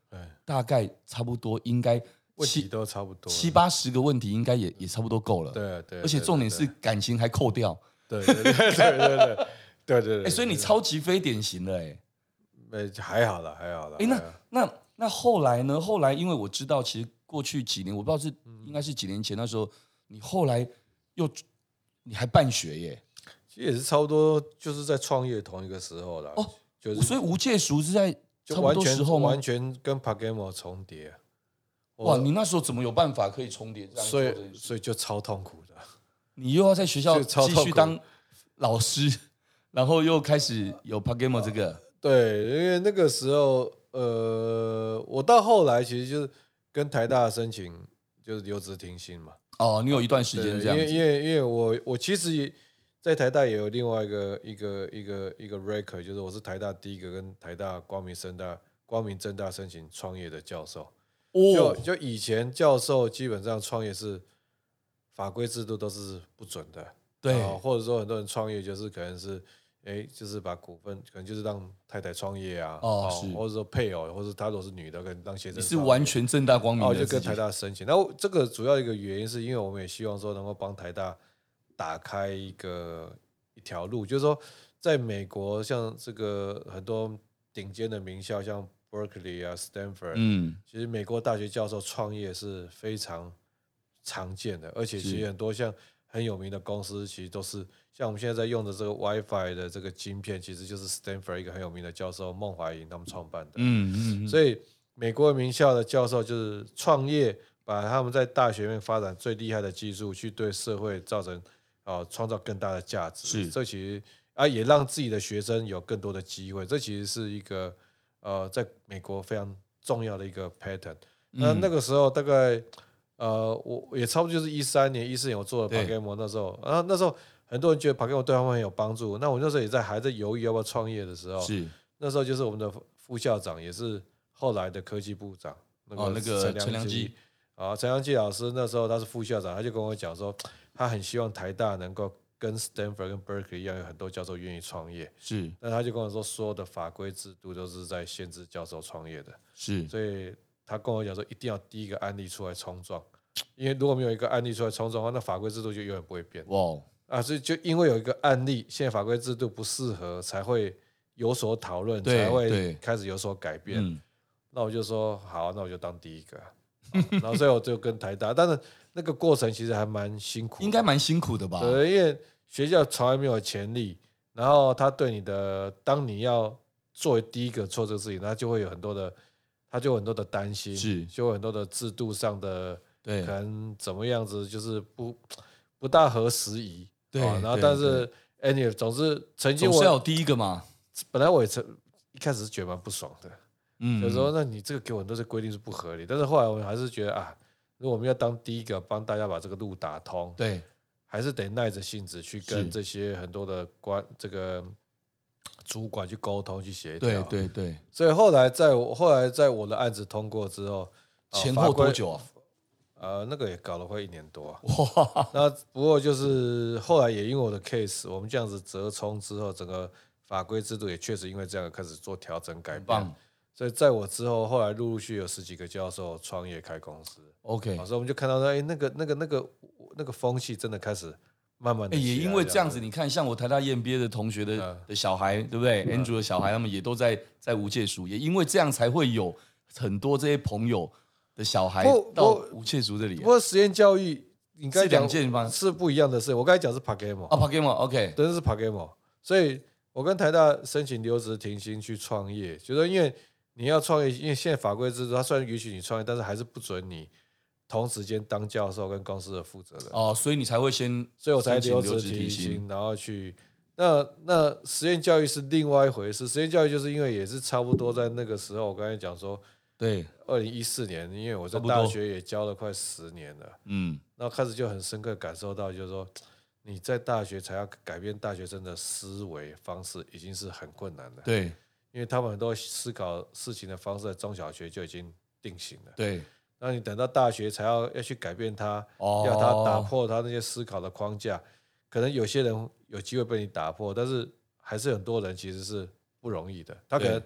大概差不多应该问题都差不多， 七八十个问题应该也也差不多够了。 对对， 而且重点是感情还扣掉。 对对对对对对对对。 哎，所以你超级非典型的哎。 哎，还好了，还好了。 哎，那那那后来呢？后来因为我知道，其实过去几年，我不知道是应该是几年前那时候，你后来又你还办学耶。 其实也是差不多，就是在创业同一个时候了。 哦， 就是所以无界塾是在差不多时候吗？ 完全跟 Pagamo 重叠。 哇，你那时候怎么有办法可以重叠这样？ 所以所以就超痛苦的。 你又要在学校继续当老师，然后又开始有 Pagamo 这个。 对，因为那个时候，呃，我到后来其实就是跟台大申请，就是留职停薪嘛。 哦，你有一段时间这样子。 因为因为因为我我其实也在台大也有另外一个一个一个一个 record， 就是我是台大第一个跟台大光明正大光明正大申请创业的教授。哦，就就以前教授基本上创业是法规制度都是不准的， 对， 或者说很多人创业就是可能是。哎，就是把股份，可能就是让太太创业啊， 哦，是， 或者说配偶，或者她如果是女的，可能当先生。 你是完全正大光明的， 哦，就跟台大申请。那这个主要一个原因是因为我们也希望说能够帮台大打开一个一条路，就是说在美国，像这个很多顶尖的名校，像 Berkeley 啊、Stanford， 嗯，其实美国大学教授创业是非常常见的，而且其实很多像很有名的公司，其实都是。像我们现在在用的这个 WiFi 的这个晶片，其实就是 Stanford 一个很有名的教授孟怀银他们创办的。嗯嗯嗯。所以美国名校的教授就是创业，把他们在大学里面发展最厉害的技术，去对社会造成啊创造更大的价值。 是， 这其实啊也让自己的学生有更多的机会。这其实是一个呃在美国非常重要的一个 pattern。那那个时候大概呃我也差不多就是一三年、一四年我做了 Pagamo 那时候，然后那时候。很多人觉得 Pagamo 对他们很有帮助，那我那时候也在还在犹豫要不要创业的时候， 是那时候就是我们的副校长，也是后来的科技部长，那个、哦、那个陈良基啊，陈良基老师那时候他是副校长，他就跟我讲说，他很希望台大能够跟 Stanford 跟 Berkeley 一样，有很多教授愿意创业。 是， 那他就跟我说，所有的法规制度都是在限制教授创业的。 是， 所以他跟我讲说，一定要第一个案例出来冲撞，因为如果没有一个案例出来冲撞的话，那法规制度就永远不会变。哇！啊，所以就因为有一个案例，现在法规制度不适合，才会有所讨论，才会开始有所改变。嗯、那我就说好，那我就当第一个。然后所以我就跟台大，但是那个过程其实还蛮辛苦的， 应该蛮辛苦的吧？ 对，因为学校从来没有潜力，然后他对你的，当你要作为第一个做这个事情，他就会有很多的，他就有很多的担心， 是， 就有很多的制度上的， 对， 可能怎么样子，就是不不大合时宜。 对， 然后但是 anyway 总之曾经我总是要有第一个嘛， 本来我也曾一开始是觉得蛮不爽的，嗯，就是说那你这个给我很多这规定是不合理，但是后来我还是觉得啊，如果我们要当第一个帮大家把这个路打通， 对， 还是得耐着性子去跟这些很多的官这个主管去沟通去协调， 对对对， 所以后来在我后来在我的案子通过之后， 前后多久啊？ 呃，那个也搞了快一年多啊。哇！那不过就是后来也因为我的 case， 我们这样子折冲之后，整个法规制度也确实因为这样开始做调整改变。所以在我之后，后来陆陆续有十几个教授创业开公司。 OK， 所以我们就看到说，哎，那个那个那个那个风气真的开始慢慢的。 也因为这样子，你看，像我台大 E M B A 的同学的、嗯、的小孩，对不对、嗯、？Andrew 的小孩，他们也都在在无界塾，也因为这样才会有很多这些朋友。的小孩到无界塾这里、啊， 不过实验教育你刚才讲是两件吗？ 是不一样的事。我刚才讲是 Pagamo 啊 ，Pagamo OK， 真的是 Pagamo。所以我跟台大申请留职停薪去创业，就是因为你要创业，因为现在法规制度，它虽然允许你创业，但是还是不准你同时间当教授跟公司的负责人。 哦，所以你才会先， 所以我才留职停薪，然后去。那那实验教育是另外一回事。实验教育就是因为也是差不多在那个时候，我刚才讲说。 对， 二零一四年，因为我在大学也教了快十年了，嗯，然后开始就很深刻感受到，就是说你在大学才要改变大学生的思维方式，已经是很困难的。 对， 因为他们很多思考事情的方式，在中小学就已经定型了。 对， 那你等到大学才要要去改变他，哦、要他打破他那些思考的框架，可能有些人有机会被你打破，但是还是很多人其实是不容易的。他可能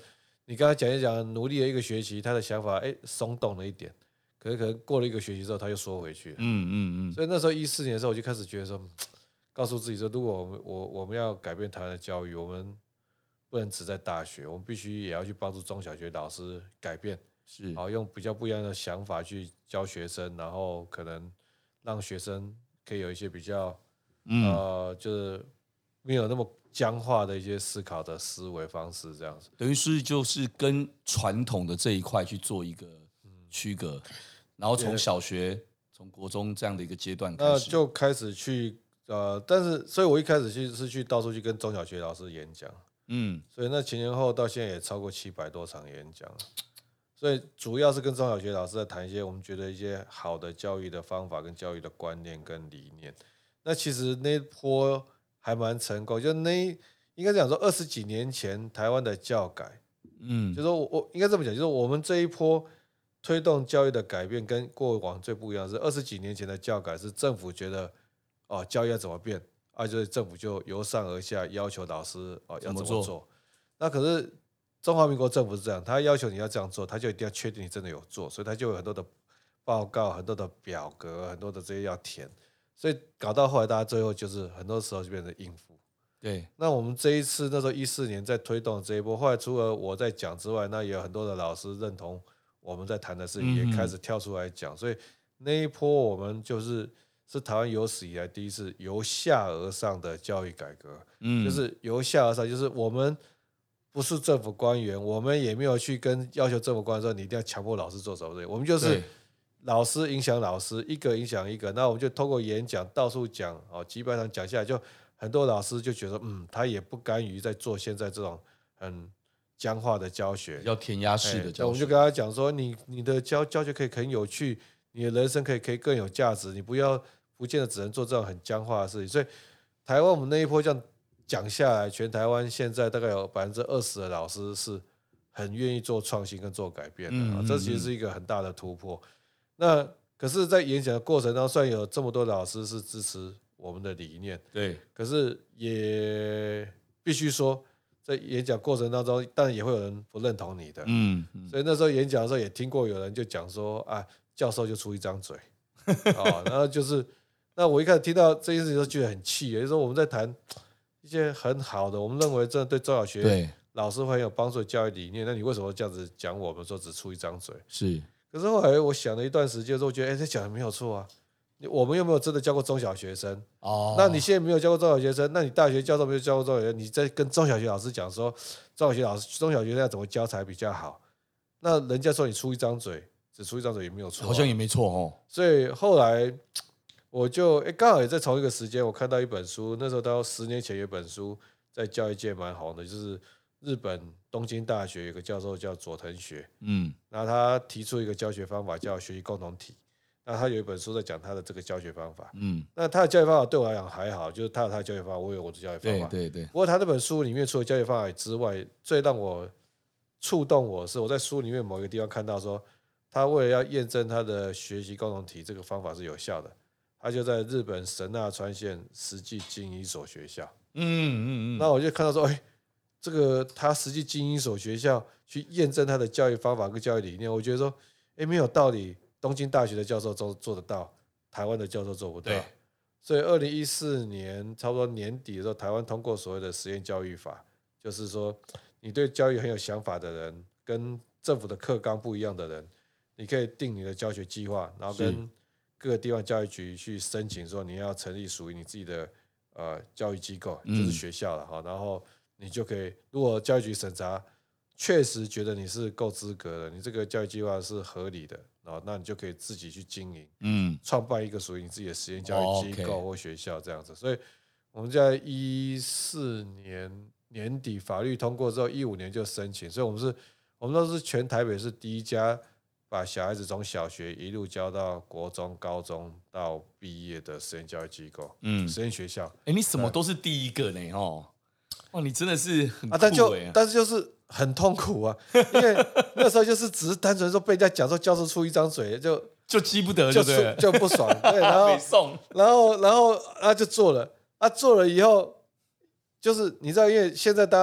你刚才讲一讲，努力了一个学期，他的想法哎松动了一点，可是可能过了一个学期之后，他又缩回去了。 嗯嗯嗯。 所以那时候一四年的时候，我就开始觉得说，告诉自己说，如果我们我我们要改变台湾的教育，我们不能只在大学，我们必须也要去帮助中小学老师改变， 是， 好用比较不一样的想法去教学生，然后可能让学生可以有一些比较，嗯、呃，就是没有那么僵化的一些思考的思维方式，这样子。 等于是就是跟传统的这一块去做一个区隔，然后从小学、从国中这样的一个阶段开始， 那就开始去呃，但是所以我一开始去是去到处去跟中小学老师演讲，嗯，所以那前前后后到现在也超过七百多场演讲了。所以主要是跟中小学老师在谈一些我们觉得一些好的教育的方法跟教育的观念跟理念。那其实那一波还蛮成功，就那应该讲说二十几年前台湾的教改，嗯，就说我我应该这么讲，就是我们这一波推动教育的改变跟过往最不一样的是二十几年前的教改是政府觉得哦教育要怎么变啊，就是政府就由上而下要求老师哦要怎么做。怎么做那可是中华民国政府是这样，他要求你要这样做，他就一定要确定你真的有做，所以他就有很多的报告、很多的表格、很多的这些要填，所以搞到后来大家最后就是很多时候就变成应付。 对， 那我们这一次那时候一四年在推动这一波，后来除了我在讲之外，那也有很多的老师认同我们在谈的事情，也开始跳出来讲，所以那一波我们就是是台湾有史以来第一次由下而上的教育改革，嗯，就是由下而上，就是我们不是政府官员，我们也没有去跟要求政府官员说你一定要强迫老师做什么事情，我们就是老师影响老师，一个影响一个，那我们就透过演讲到处讲，哦，几百场讲下来，就很多老师就觉得，嗯，他也不甘于在做现在这种很僵化的教学， 要填鸭式的教学， 我们就跟他讲说，你你的教教学可以很有趣，你的人生可以可以更有价值，你不要不见得只能做这种很僵化的事情。所以台湾我们那一波这样讲下来，全台湾现在大概有百分之二十的老师是很愿意做创新跟做改变的，嗯嗯嗯这其实是一个很大的突破。那可是，在演讲的过程当中，虽然有这么多老师是支持我们的理念， 对， 可是也必须说，在演讲过程当中，当然也会有人不认同你的，嗯，嗯所以那时候演讲的时候也听过有人就讲说啊，教授就出一张嘴，哦，然后就是，那我一开始听到这件事情就觉得很气，也就是说我们在谈一些很好的，我们认为真的对中小学老师会很有帮助的教育理念，那你为什么这样子讲我们说只出一张嘴？ 是。 可是后来我想了一段时间之后，觉得哎，这讲的没有错啊。我们又没有真的教过中小学生哦，那你现在没有教过中小学生，那你大学教授没有教过中小学生，你在跟中小学老师讲说，中小学老师、中小学生要怎么教才比较好？那人家说你出一张嘴，只出一张嘴也没有错、啊， 好像也没错哦。 所以后来我就哎，刚好也在同一个时间，我看到一本书，那时候到十年前有一本书在教育界蛮红的，就是日本东京大学有个教授叫佐藤学，嗯，然后他提出一个教学方法叫学习共同体。那他有一本书在讲他的这个教学方法，嗯，那他的教学方法对我来讲还好，就是他有他的教学方法，我有我的教学方法， 对对对。 不过他这本书里面除了教学方法之外，最让我触动我是我在书里面某一个地方看到说，他为了要验证他的学习共同体这个方法是有效的，他就在日本神奈川县实际经营一所学校，嗯嗯嗯，那我就看到说，哎，这个他实际经营一所学校去验证他的教育方法跟教育理念，我觉得说，哎，没有道理。东京大学的教授做做得到，台湾的教授做不到。所以二零一四年差不多年底的时候，台湾通过所谓的实验教育法，就是说你对教育很有想法的人，跟政府的课纲不一样的人，你可以定你的教学计划，然后跟各个地方教育局去申请说你要成立属于你自己的呃教育机构，就是学校了哈。然后你就可以，如果教育局审查确实觉得你是够资格的，你这个教育计划是合理的。哦，那你就可以自己去经营，嗯，创办一个属于你自己的实验教育机构或学校这样子。所以我们在一四年年底法律通过之后，一五年就申请，所以我们是，我们都是全台北市第一家把小孩子从小学一路教到国中、高中到毕业的实验教育机构，嗯，实验学校。 哎、欸，你什么都是第一个呢，哦，哇，你真的是很酷、欸、啊！ 但就但是就是。很痛苦啊，因为那时候就是只是单纯说被人家讲说教授出一张嘴就就激不得就对了， 就就不爽，对，然后然后然后啊就做了啊做了以后，就是你知道，因为现在大家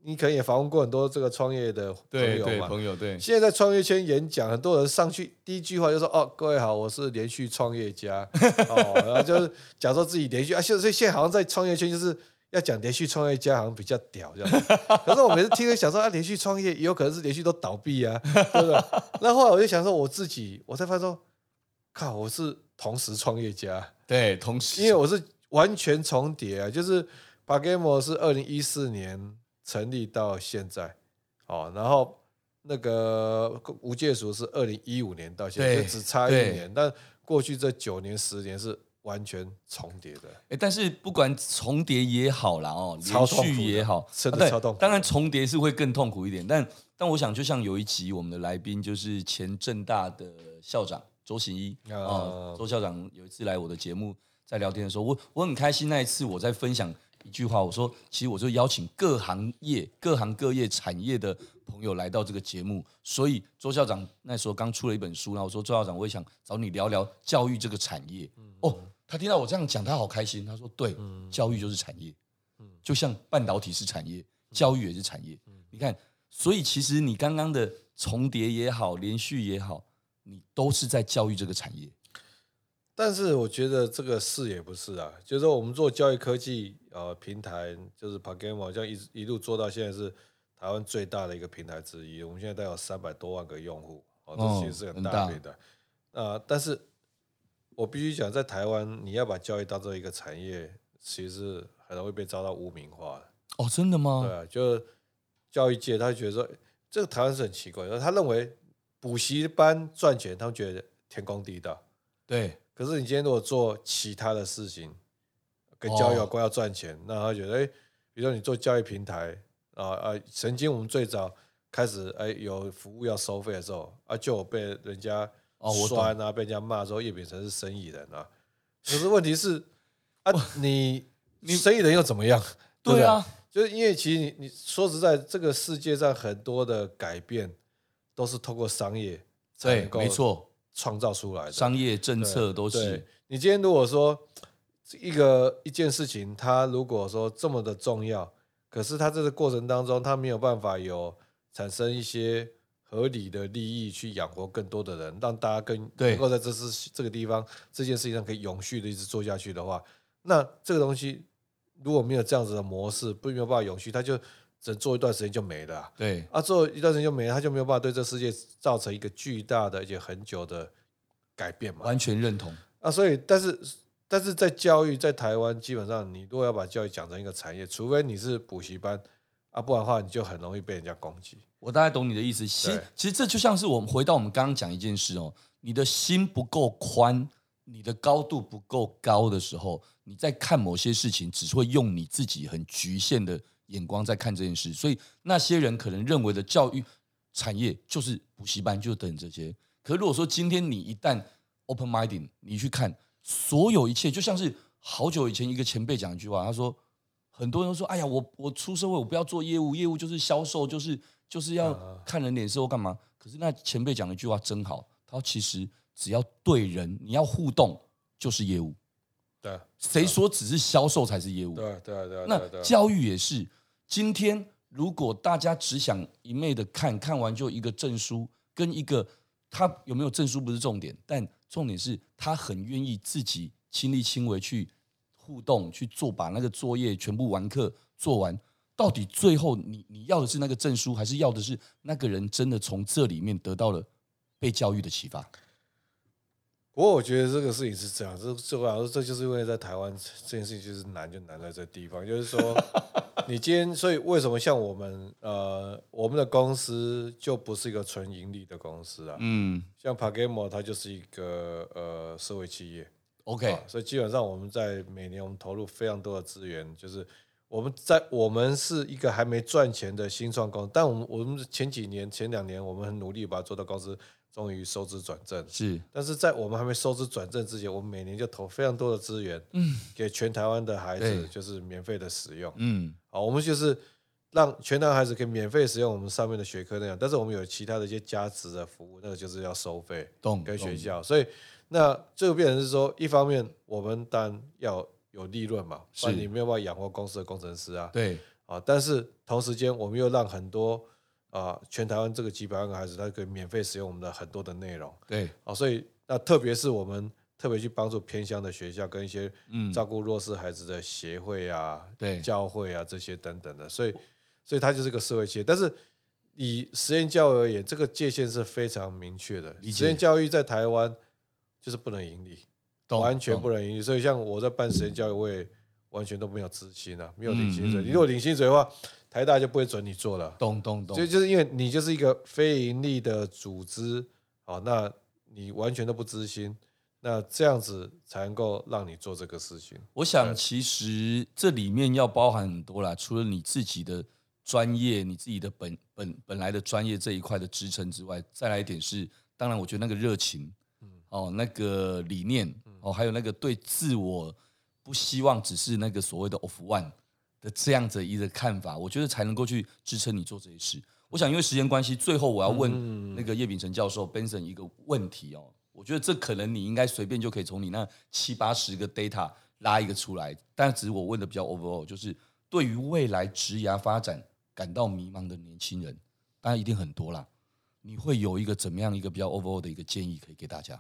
你可能也访问过很多这个创业的朋友嘛， 对对朋友对。 现在在创业圈演讲，很多人上去第一句话就说：“哦，各位好，我是连续创业家。”哦，然后就是讲说自己连续啊，所以现在好像在创业圈就是要讲连续创业家，好像比较屌这样子。可是我每次听着想说啊，连续创业也有可能是连续都倒闭啊，对不对？那后来我就想说我自己，我才发现说，靠，我是同时创业家， 对，同时， 因为我是完全重叠啊，就是 Pagamo 是二零一四年成立到现在，哦，然后那个无界塾是二零一五年到现在，就只差一年，但过去这九年十年是完全重叠的。 欸、但是不管重叠也好啦，哦，连续也好， 真的超痛苦。 当然重叠是会更痛苦一点，但但我想，就像有一集我们的来宾就是前政大的校长周行一啊、哦，周校长有一次来我的节目，在聊天的时候，我我很开心。那一次我在分享一句话，我说，其实我就邀请各行业、各行各业产业的朋友来到这个节目，所以周校长那时候刚出了一本书，然后我说周校长，我也想找你聊聊教育这个产业。嗯、哦，他听到我这样讲，他好开心。他说：“对，嗯、教育就是产业，嗯、就像半导体是产业，教育也是产业。嗯、你看，所以其实你刚刚的重叠也好，连续也好，你都是在教育这个产业。 但是我觉得这个是也不是啊，就是说我们做教育科技呃平台，就是 Pagamo 这样一一路做到现在是台湾最大的一个平台之一。我们现在大概有三百多万个用户，哦，这其实是很大的平台。啊、呃，但是我必须讲，在台湾你要把教育当做一个产业，其实很容易被遭到污名化的。 哦，真的吗？ 对啊，就教育界他觉得说，这个台湾是很奇怪的，他认为补习班赚钱，他们觉得天公地道。 对。 可是你今天如果做其他的事情，跟教育有关要赚钱，哦、那他觉得，哎，比如说你做教育平台啊啊，曾经我们最早开始哎有服务要收费的时候啊，就有被人家酸啊，哦、被人家骂说叶秉成是生意人啊。可是问题是啊，你你生意人又怎么样？对, 对啊，就是因为其实你你说实在，这个世界上很多的改变都是透过商业才能够， 没错。 创造出来的商业政策都是。 你今天如果说一个一件事情，它如果说这么的重要，可是它这个过程当中，它没有办法有产生一些合理的利益去养活更多的人，让大家更能够在这是这个地方这件事情上可以永续的一直做下去的话，那这个东西如果没有这样子的模式，不没有办法永续，它就只能做一段时间就没了、啊。 对啊，做一段时间就没了，他就没有办法对这世界造成一个巨大的而且很久的改变嘛。 完全认同啊，所以但是但是在教育在台湾，基本上你如果要把教育讲成一个产业，除非你是补习班啊，不然的话你就很容易被人家攻击。 我大概懂你的意思。其实其实这就像是我们回到我们刚刚讲一件事哦，你的心不够宽，你的高度不够高的时候，你在看某些事情，只会用你自己很局限的眼光在看这件事，所以那些人可能认为的教育产业就是补习班，就等这些。可是如果说今天你一旦 open minded， 你去看所有一切，就像是好久以前一个前辈讲一句话，他说很多人都说，哎呀，我我出社会我不要做业务，业务就是销售，就是就是要看人脸色或干嘛。可是那前辈讲一句话真好，他说其实只要对人，你要互动就是业务。 对， 谁说只是销售才是业务？ 对对对。 那教育也是，今天如果大家只想一昧的看，看完就一个证书，跟一个他有没有证书不是重点，但重点是他很愿意自己亲力亲为去互动，去做，把那个作业全部完课做完。到底最后你你要的是那个证书，还是要的是那个人真的从这里面得到了被教育的启发？ 不过我觉得这个事情是这样，这这个这就是因为在台湾这件事情就是难，就难在这地方，就是说你今天，所以为什么像我们呃我们的公司就不是一个纯盈利的公司啊？嗯，像 Pagamo 它就是一个呃社会企业 ，OK，、 啊、所以基本上我们在每年我们投入非常多的资源，就是我们在我们是一个还没赚钱的新创公司，但我们我们前几年前两年我们很努力把它做到公司终于收支转正， 是， 但是在我们还没收支转正之前，我们每年就投非常多的资源，嗯，给全台湾的孩子就是免费的使用，嗯，好，我们就是让全台湾孩子可以免费使用我们上面的学科内容，但是我们有其他的一些加值的服务，那个就是要收费，跟学校，所以那这个变成是说，一方面我们当然要有利润嘛，不然你没有办法养活公司的工程师啊， 对。 啊，但是同时间我们又让很多啊全台湾这个几百万个孩子，他可以免费使用我们的很多的内容。 对， 啊，所以那特别是我们特别去帮助偏乡的学校跟一些照顾弱势孩子的协会啊、 对教会啊这些等等的，所以所以它就是个社会企业。但是以实验教育而言，这个界限是非常明确的。实验教育在台湾就是不能盈利，完全不能盈利。所以像我在办实验教育，我也完全都没有资薪啊，没有领薪水。嗯嗯、你如果领薪水的话，台大就不会准你做了。 懂懂懂。 所以就是因为你就是一个非盈利的组织，好，那你完全都不资薪，那这样子才能够让你做这个事情。 我想其实这里面要包含很多啦，除了你自己的专业，你自己的本本本来的专业这一块的支撑之外，再来一点是，当然我觉得那个热情，嗯、哦，那个理念，哦，还有那个对自我不希望只是那个所谓的 of one 的这样子一个看法，我觉得才能够去支撑你做这些事。我想因为时间关系，最后我要问那个叶丙成教授 Benson 一个问题哦，我觉得这可能你应该随便就可以从你那七八十个 data 拉一个出来，但只是我问的比较 overall， 就是对于未来职涯发展感到迷茫的年轻人，当然一定很多啦。你会有一个怎么样一个比较 overall 的一个建议可以给大家？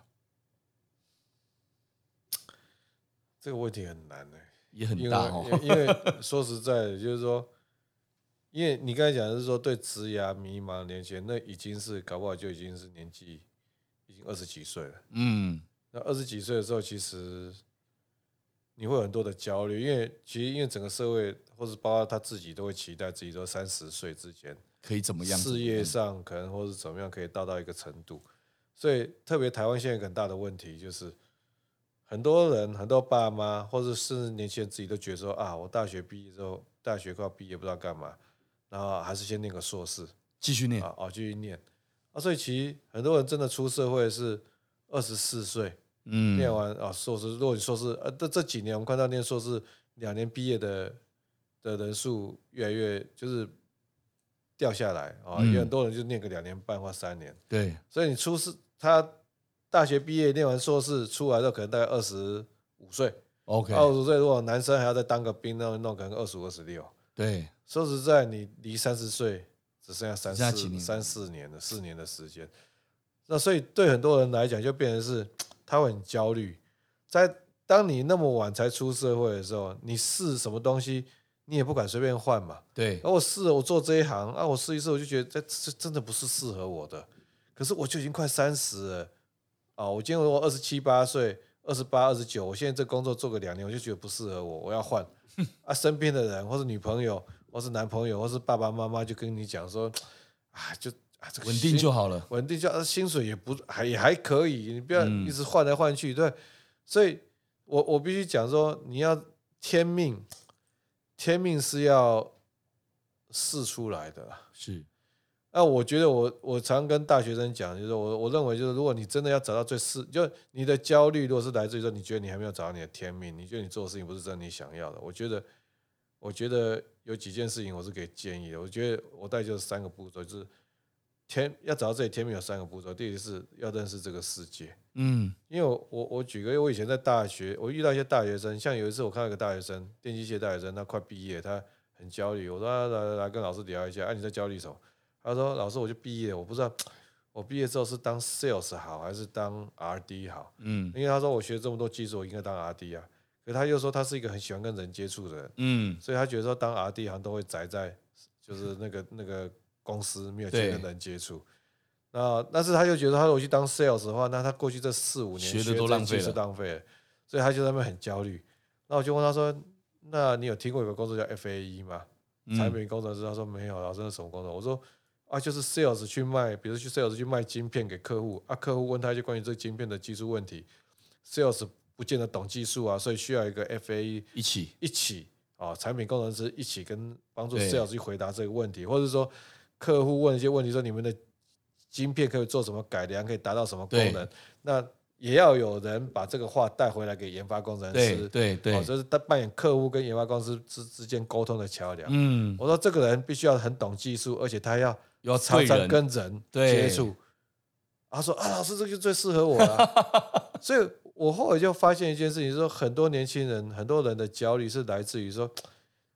这个问题很难呢、欸， 也很大哦。 因为, 因为说实在的，就是说，因为你刚才讲的是说对职涯迷茫的年轻人，那已经是搞不好就已经是年纪已经二十几岁了。嗯，那二十几岁的时候，其实你会有很多的焦虑，因为其实因为整个社会或是包括他自己都会期待自己都三十岁之前可以怎么样， 事业上可能或是怎么样可以到到一个程度，所以特别台湾现在有个很大的问题就是，很多人很多爸妈或者是年轻人自己都觉得说啊，我大学毕业之后，大学快要毕业不知道干嘛，然后还是先念个硕士， 继续念啊，哦，继续念啊，所以其实很多人真的出社会是二十四岁。嗯，念完啊硕士，如果你硕士，呃，这这几年我们看到念硕士两年毕业的的人数越来越就是掉下来啊，嗯、有很多人就念个两年半或三年。 对， 所以你出世，他大学毕业念完硕士出来的可能大概二十五岁 ，OK， 二十五岁如果男生还要再当个兵，那弄可能二十五、二十六。 对， 说实在，你离三十岁只剩下三四三四年的四年的时间，那所以对很多人来讲，就变成是。他会很焦虑，在当你那么晚才出社会的时候，你试什么东西，你也不敢随便换嘛。 对， 而我试了，我做这一行啊，我试一试，我就觉得这这真的不是适合我的。可是我就已经快三十了啊！我今天我二十七八岁，二十八、二十九，我现在这工作做个两年，我就觉得不适合我，我要换啊！身边的人，或是女朋友，或是男朋友，或是爸爸妈妈，就跟你讲说，啊，就。 稳定就好了， 稳定就好，薪水也不还也还可以，你不要一直换来换去，对。所以我我必须讲说，你要天命，天命是要试出来的， 是。 那我觉得我我常跟大学生讲，就是我我认为就是如果你真的要找到最适，就你的焦虑如果是来自于说你觉得你还没有找到你的天命，你觉得你做的事情不是真的你想要的，我觉得我觉得有几件事情我是给建议的，我觉得我大概就是三个步骤，就是。天要找到自己天命有三个步骤，第一个是要认识这个世界，嗯，因为我我我举个，我以前在大学，我遇到一些大学生，像有一次我看到一个大学生，电机系大学生，他快毕业，他很焦虑，我说、啊、来来来跟老师聊一下，哎、啊、你在焦虑什么？他说老师我就毕业了，我不知道我毕业之后是当 sales 好还是当 R D 好，嗯，因为他说我学这么多技术，我应该当 R D 啊，可是他又说他是一个很喜欢跟人接触的人，嗯，所以他觉得说当 R D 好像都会宅在就是那个那个。公司没有去跟人接触，那但是他又觉得他如果去当 sales 的话，那他过去这四五年学的都浪费了， 是浪费了，所以他就在那边很焦虑。那我就问他说：“那你有听过有个工作叫 F A E 吗？嗯、产品工程师？”他说：“没有，老师那是什么工作？”我说：“啊，就是 sales 去卖，比如去 sales 去卖晶片给客户啊，客户问他一些关于这个晶片的技术问题 ，sales 不见得懂技术啊，所以需要一个 F A E 一起一起啊，产品工程师一起跟帮助 sales 去回答这个问题，或者说。”客户问一些问题，说你们的晶片可以做什么改良，可以达到什么功能？那也要有人把这个话带回来给研发工程师。 对对对， 哦，就是他扮演客户跟研发公司之之间沟通的桥梁。嗯，我说这个人必须要很懂技术，而且他要要常常跟人接触。他说啊，老师这个就最适合我了。所以我后来就发现一件事情，说很多年轻人、很多人的焦虑是来自于说。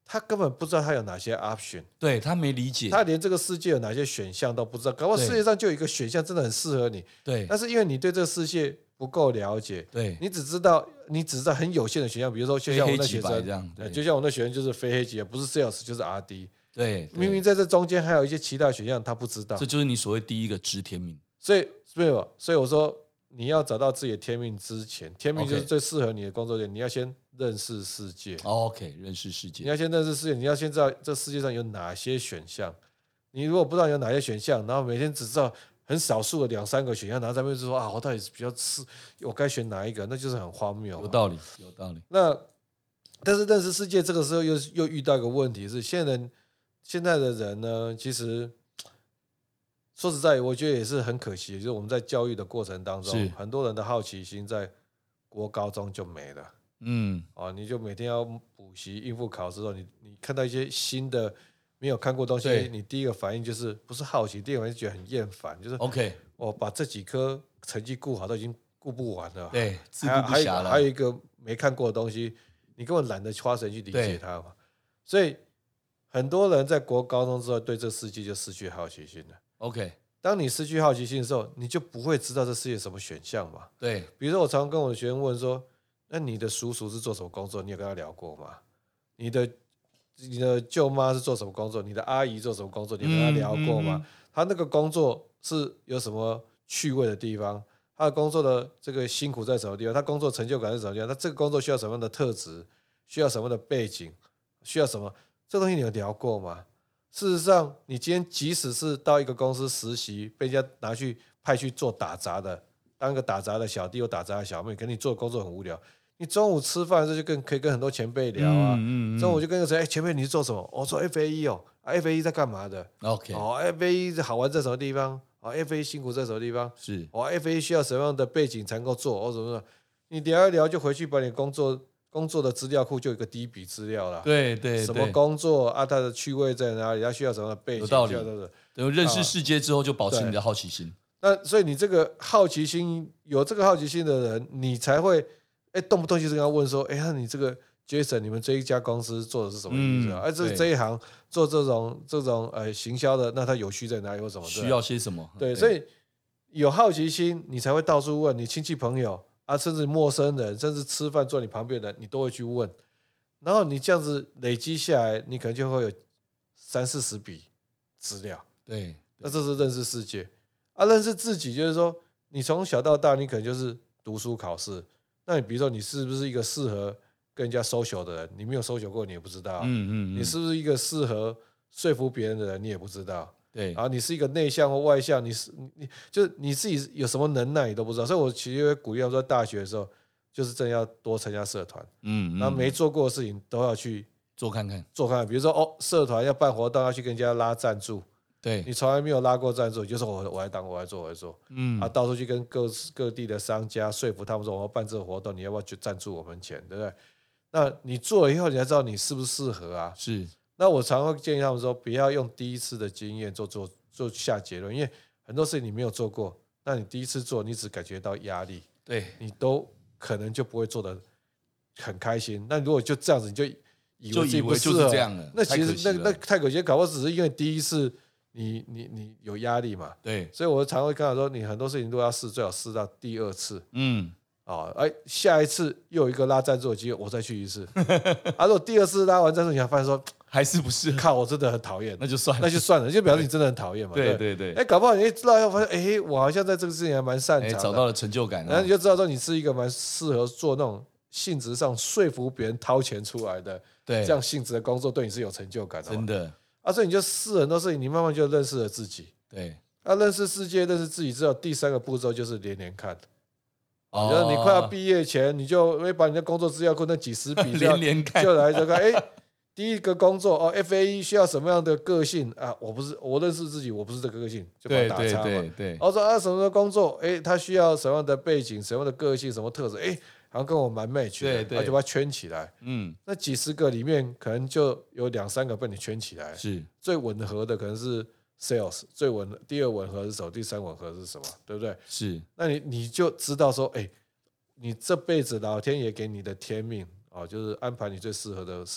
他根本不知道他有哪些 option， 对他没理解， 他连这个世界有哪些选项都不知道。搞不好世界上就有一个选项真的很适合你， 对， 但是因为你对这个世界不够了解， 对， 你只知道你只知道很有限的选项，比如说就像我那学生这样， 就像我那学生就是非黑即白，不是 sales 就是 R D， 对， 明明在这中间还有一些其他选项他不知道， 这就是你所谓第一个知天命。 所以所以所以我说你要找到自己的天命之前，天命就是最适合你的工作点，你要先认识世界。 OK， 认识世界， 你要先认识世界，你要先知道这世界上有哪些选项。你如果不知道有哪些选项，然后每天只知道很少数的两三个选项，然后在那边说啊，我到底是比较吃，我该选哪一个，那就是很荒谬。 有道理，有道理。 那但是认识世界这个时候又又遇到一个问题是，现在人现在的人呢，其实说实在，我觉得也是很可惜，就是我们在教育的过程当中，很多人的好奇心在国高中就没了。嗯，哦，你就每天要补习、应付考试的时候，你你看到一些新的没有看过东西，你第一个反应就是不是好奇，第二个反应觉得很厌烦，就是 OK， 我把这几科成绩顾好都已经顾不完了， 对，自顾不暇了。还有一个没看过的东西，你根本懒得花时间去理解它嘛。所以很多人在国高中之后，对这个世界就失去好奇心了。 OK， 当你失去好奇心的时候，你就不会知道这世界有什么选项嘛。 对， 比如说我常常跟我的学生问说，那你的叔叔是做什么工作？你有跟他聊过吗？你的你的舅妈是做什么工作？你的阿姨做什么工作？你有跟他聊过吗？嗯嗯嗯，他那个工作是有什么趣味的地方？他的工作的这个辛苦在什么地方？他工作成就感是什么地方？他这个工作需要什么样的特质？需要什么样的背景？需要什么？这东西你有聊过吗？事实上，你今天即使是到一个公司实习，被人家拿去派去做打杂的，当个打杂的小弟或打杂的小妹，可能你做的工作很无聊。你中午吃饭的时候就跟可以跟很多前辈聊啊，嗯嗯嗯，中午就跟个谁，哎，前辈你是做什么？我做 F A E 哦、啊、，F A E 在干嘛的 ？OK， 哦 ，F A E 好玩在什么地方？哦 ，F A E 辛苦在什么地方？ 是哦 ，F A E 需要什么样的背景才能够做？哦，什么什么？你聊一聊就回去把你工作。工作的资料库就有一个第一笔资料了， 对对， 什么工作啊？它的趣味在哪里？它需要什么样的背景？ 有道理。 等认识世界之后，就保持你的好奇心。 那所以你这个好奇心，有这个好奇心的人，你才会哎动不动就是跟他问说，哎，那你这个 Jason， 你们这一家公司做的是什么意思啊？哎、嗯，这这一行做这种这种呃行销的，那它有趣在哪里？或什么需要些什么？ 对，所以有好奇心，你才会到处问你亲戚朋友。啊，甚至陌生人，甚至吃饭坐你旁边的人，你都会去问，然后你这样子累积下来，你可能就会有三四十笔资料。 对， 那这是认识世界啊，认识自己就是说，你从小到大，你可能就是读书考试。那你比如说，你是不是一个适合跟人家 social 的人？你没有 social 过，你也不知道。嗯嗯, 嗯。你是不是一个适合说服别人的人？你也不知道。对，然后你是一个内向或外向，你是你就是你自己有什么能耐你都不知道，所以我其实会鼓励他们说，大学的时候就是真的要多参加社团，嗯，然后没做过的事情都要去做看看， 做看看。比如说哦，社团要办活动，要去跟人家拉赞助，对你从来没有拉过赞助，就说我我来当，我来做，我来做，嗯，啊，到处去跟各各地的商家说服他们说，我要办这个活动，你要不要去赞助我们钱，对不对？那你做了以后，你才知道你适不适合啊，是。那我常会建议他们说，不要用第一次的经验做做做下结论，因为很多事情你没有做过，那你第一次做，你只感觉到压力，对你都可能就不会做得很开心。那如果就这样子，你就以为自己不适合，那其实那那太可惜，搞不好只是因为第一次你你你有压力嘛。对，所以我常会跟他说，你很多事情都要试，最好试到第二次。嗯。哦，哎，下一次又有一个拉赞助的机会，我再去一次。啊，如果第二次拉完赞助，你还发现说还是不是？ 靠，我真的很讨厌， 那就算了， 那就算了，就表示你真的很讨厌嘛。 对对对。 哎，搞不好你知道以后发现，哎，我好像在这个事情还蛮擅长的， 找到了成就感， 然后你就知道说你是一个蛮适合做那种性质上说服别人掏钱出来的，对，这样性质的工作对你是有成就感的， 真的。 啊，所以你就试很多事情，你慢慢就认识了自己。对，啊，认识世界、认识自己之后，第三个步骤就是连连看。哦，就是你快要毕业前，你就会把你的工作资料库那几十笔连连看， 就来这个。哎，第一个工作哦 ，F A E 需要什么样的个性啊？我不是，我认识自己，我不是这个个性，就把它打叉嘛。对对对。我说啊，什么的工作？哎，他需要什么样的背景、什么样的个性、什么特质？哎，好像跟我蛮 match 的，对，就把它圈起来。嗯，那几十个里面，可能就有两三个被你圈起来。是最吻合的，可能是。Sales 最吻，第二吻合是什么？第三吻合是什么？对不对？是，那你你就知道说，哎，你这辈子老天爷给你的天命哦，就是安排你最适合的事情，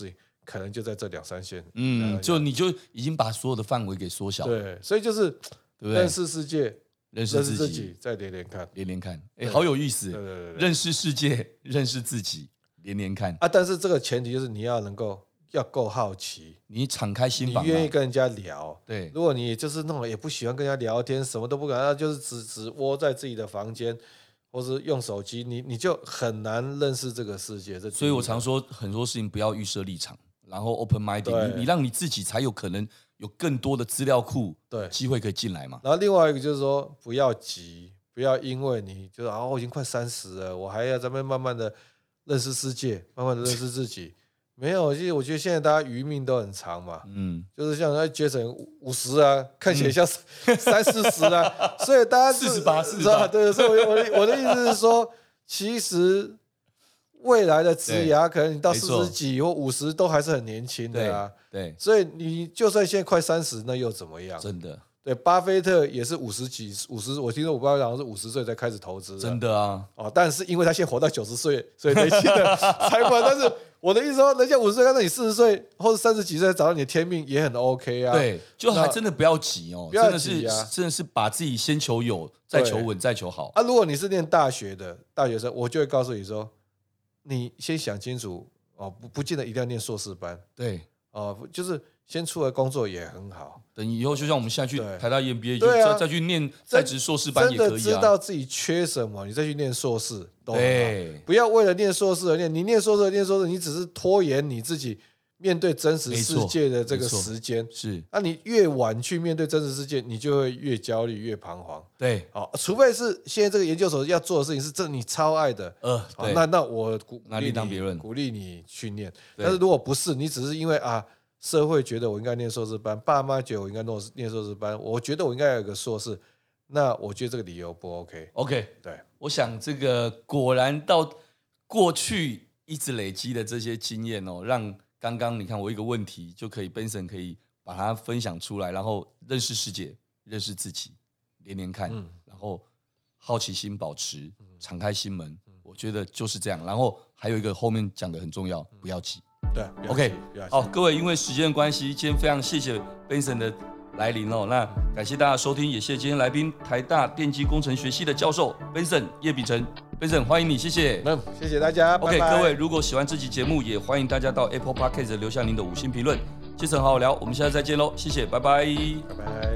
可能就在这两三线。 嗯，就你就已经把所有的范围给缩小了。 对，所以就是对不对？ 认识世界， 认识自己， 自己再连连看， 连连看，哎，好有意思。 对对对， 认识世界，认识自己，连连看啊！但是这个前提就是你要能够要够好奇， 你敞开心房， 你愿意跟人家聊。 对， 如果你就是那种也不喜欢跟人家聊天，什么都不敢，那就是只只窝在自己的房间，或是用手机，你你就很难认识这个世界。这所以我常说很多事情不要预设立场，然后 open minded， 你, 你让你自己才有可能有更多的资料库， 对， 机会可以进来嘛。 然后另外一个就是说，不要急，不要因为你就是啊，我已经快三十了，我还要在那边慢慢的认识世界，慢慢的认识自己。没有，其实我觉得现在大家余命都很长嘛，嗯，就是像那杰森五十啊，看起来像三四十啊，所以大家四十八、四十八，对，所以我我的我的意思是说，其实未来的职涯可能你到四十几或五十都还是很年轻的啊， 对，对， 所以你就算现在快三十，那又怎么样？ 真的。 对，巴菲特也是五十几，五十，我听说我巴菲特好像是五十岁才开始投资， 真的啊， 哦，但是因为他现在活到九十岁，所以累积的财富。但是我的意思说，人家五十岁看到你四十岁或者三十几岁找到你的天命也很 OK 啊。 对，就还真的不要急哦， 不要急啊， 真的是真的是把自己先求有，再求稳，再求好。 啊，如果你是念大学的大学生，我就会告诉你说，你先想清楚哦，不不见得一定要念硕士班， 对， 哦，就是先出来工作也很好。 等以后就像我们现在去台大 E M B A， 就再再去念在职硕士班也可以啊。 真的知道自己缺什么，你再去念硕士都很好。不要为了念硕士而念，你念硕士而念硕士，你只是拖延你自己面对真实世界的这个时间。 是， 那你越晚去面对真实世界，你就会越焦虑、越彷徨。 对， 好，除非是现在这个研究所要做的事情是这你超爱的， 呃， 那那我鼓那另当别论， 鼓励你去念。但是如果不是，你只是因为啊。社会觉得我应该念硕士班，爸妈觉得我应该念硕士班，我觉得我应该有个硕士，那我觉得这个理由不 OK。 OK， 对， 我想这个果然到过去一直累积的这些经验哦，让刚刚你看我一个问题就可以 Benson 可以把它分享出来，然后认识世界，认识自己，连连看，嗯、然后好奇心保持，敞开心门，嗯、我觉得就是这样。然后还有一个后面讲的很重要，不要急。 对 ，OK， 好，各位，因为时间的关系，今天非常谢谢 Benson 的来临哦，那感谢大家收听，也谢谢今天来宾台大电机工程学系的教授 Benson 叶丙成 ，Benson 欢迎你，谢谢， 嗯，谢谢大家 ，OK， 拜拜各位，如果喜欢这期节目，也欢迎大家到 Apple Podcast 留下您的五星评论，杰森好好聊，我们下次再见喽，谢谢，拜拜， 拜拜。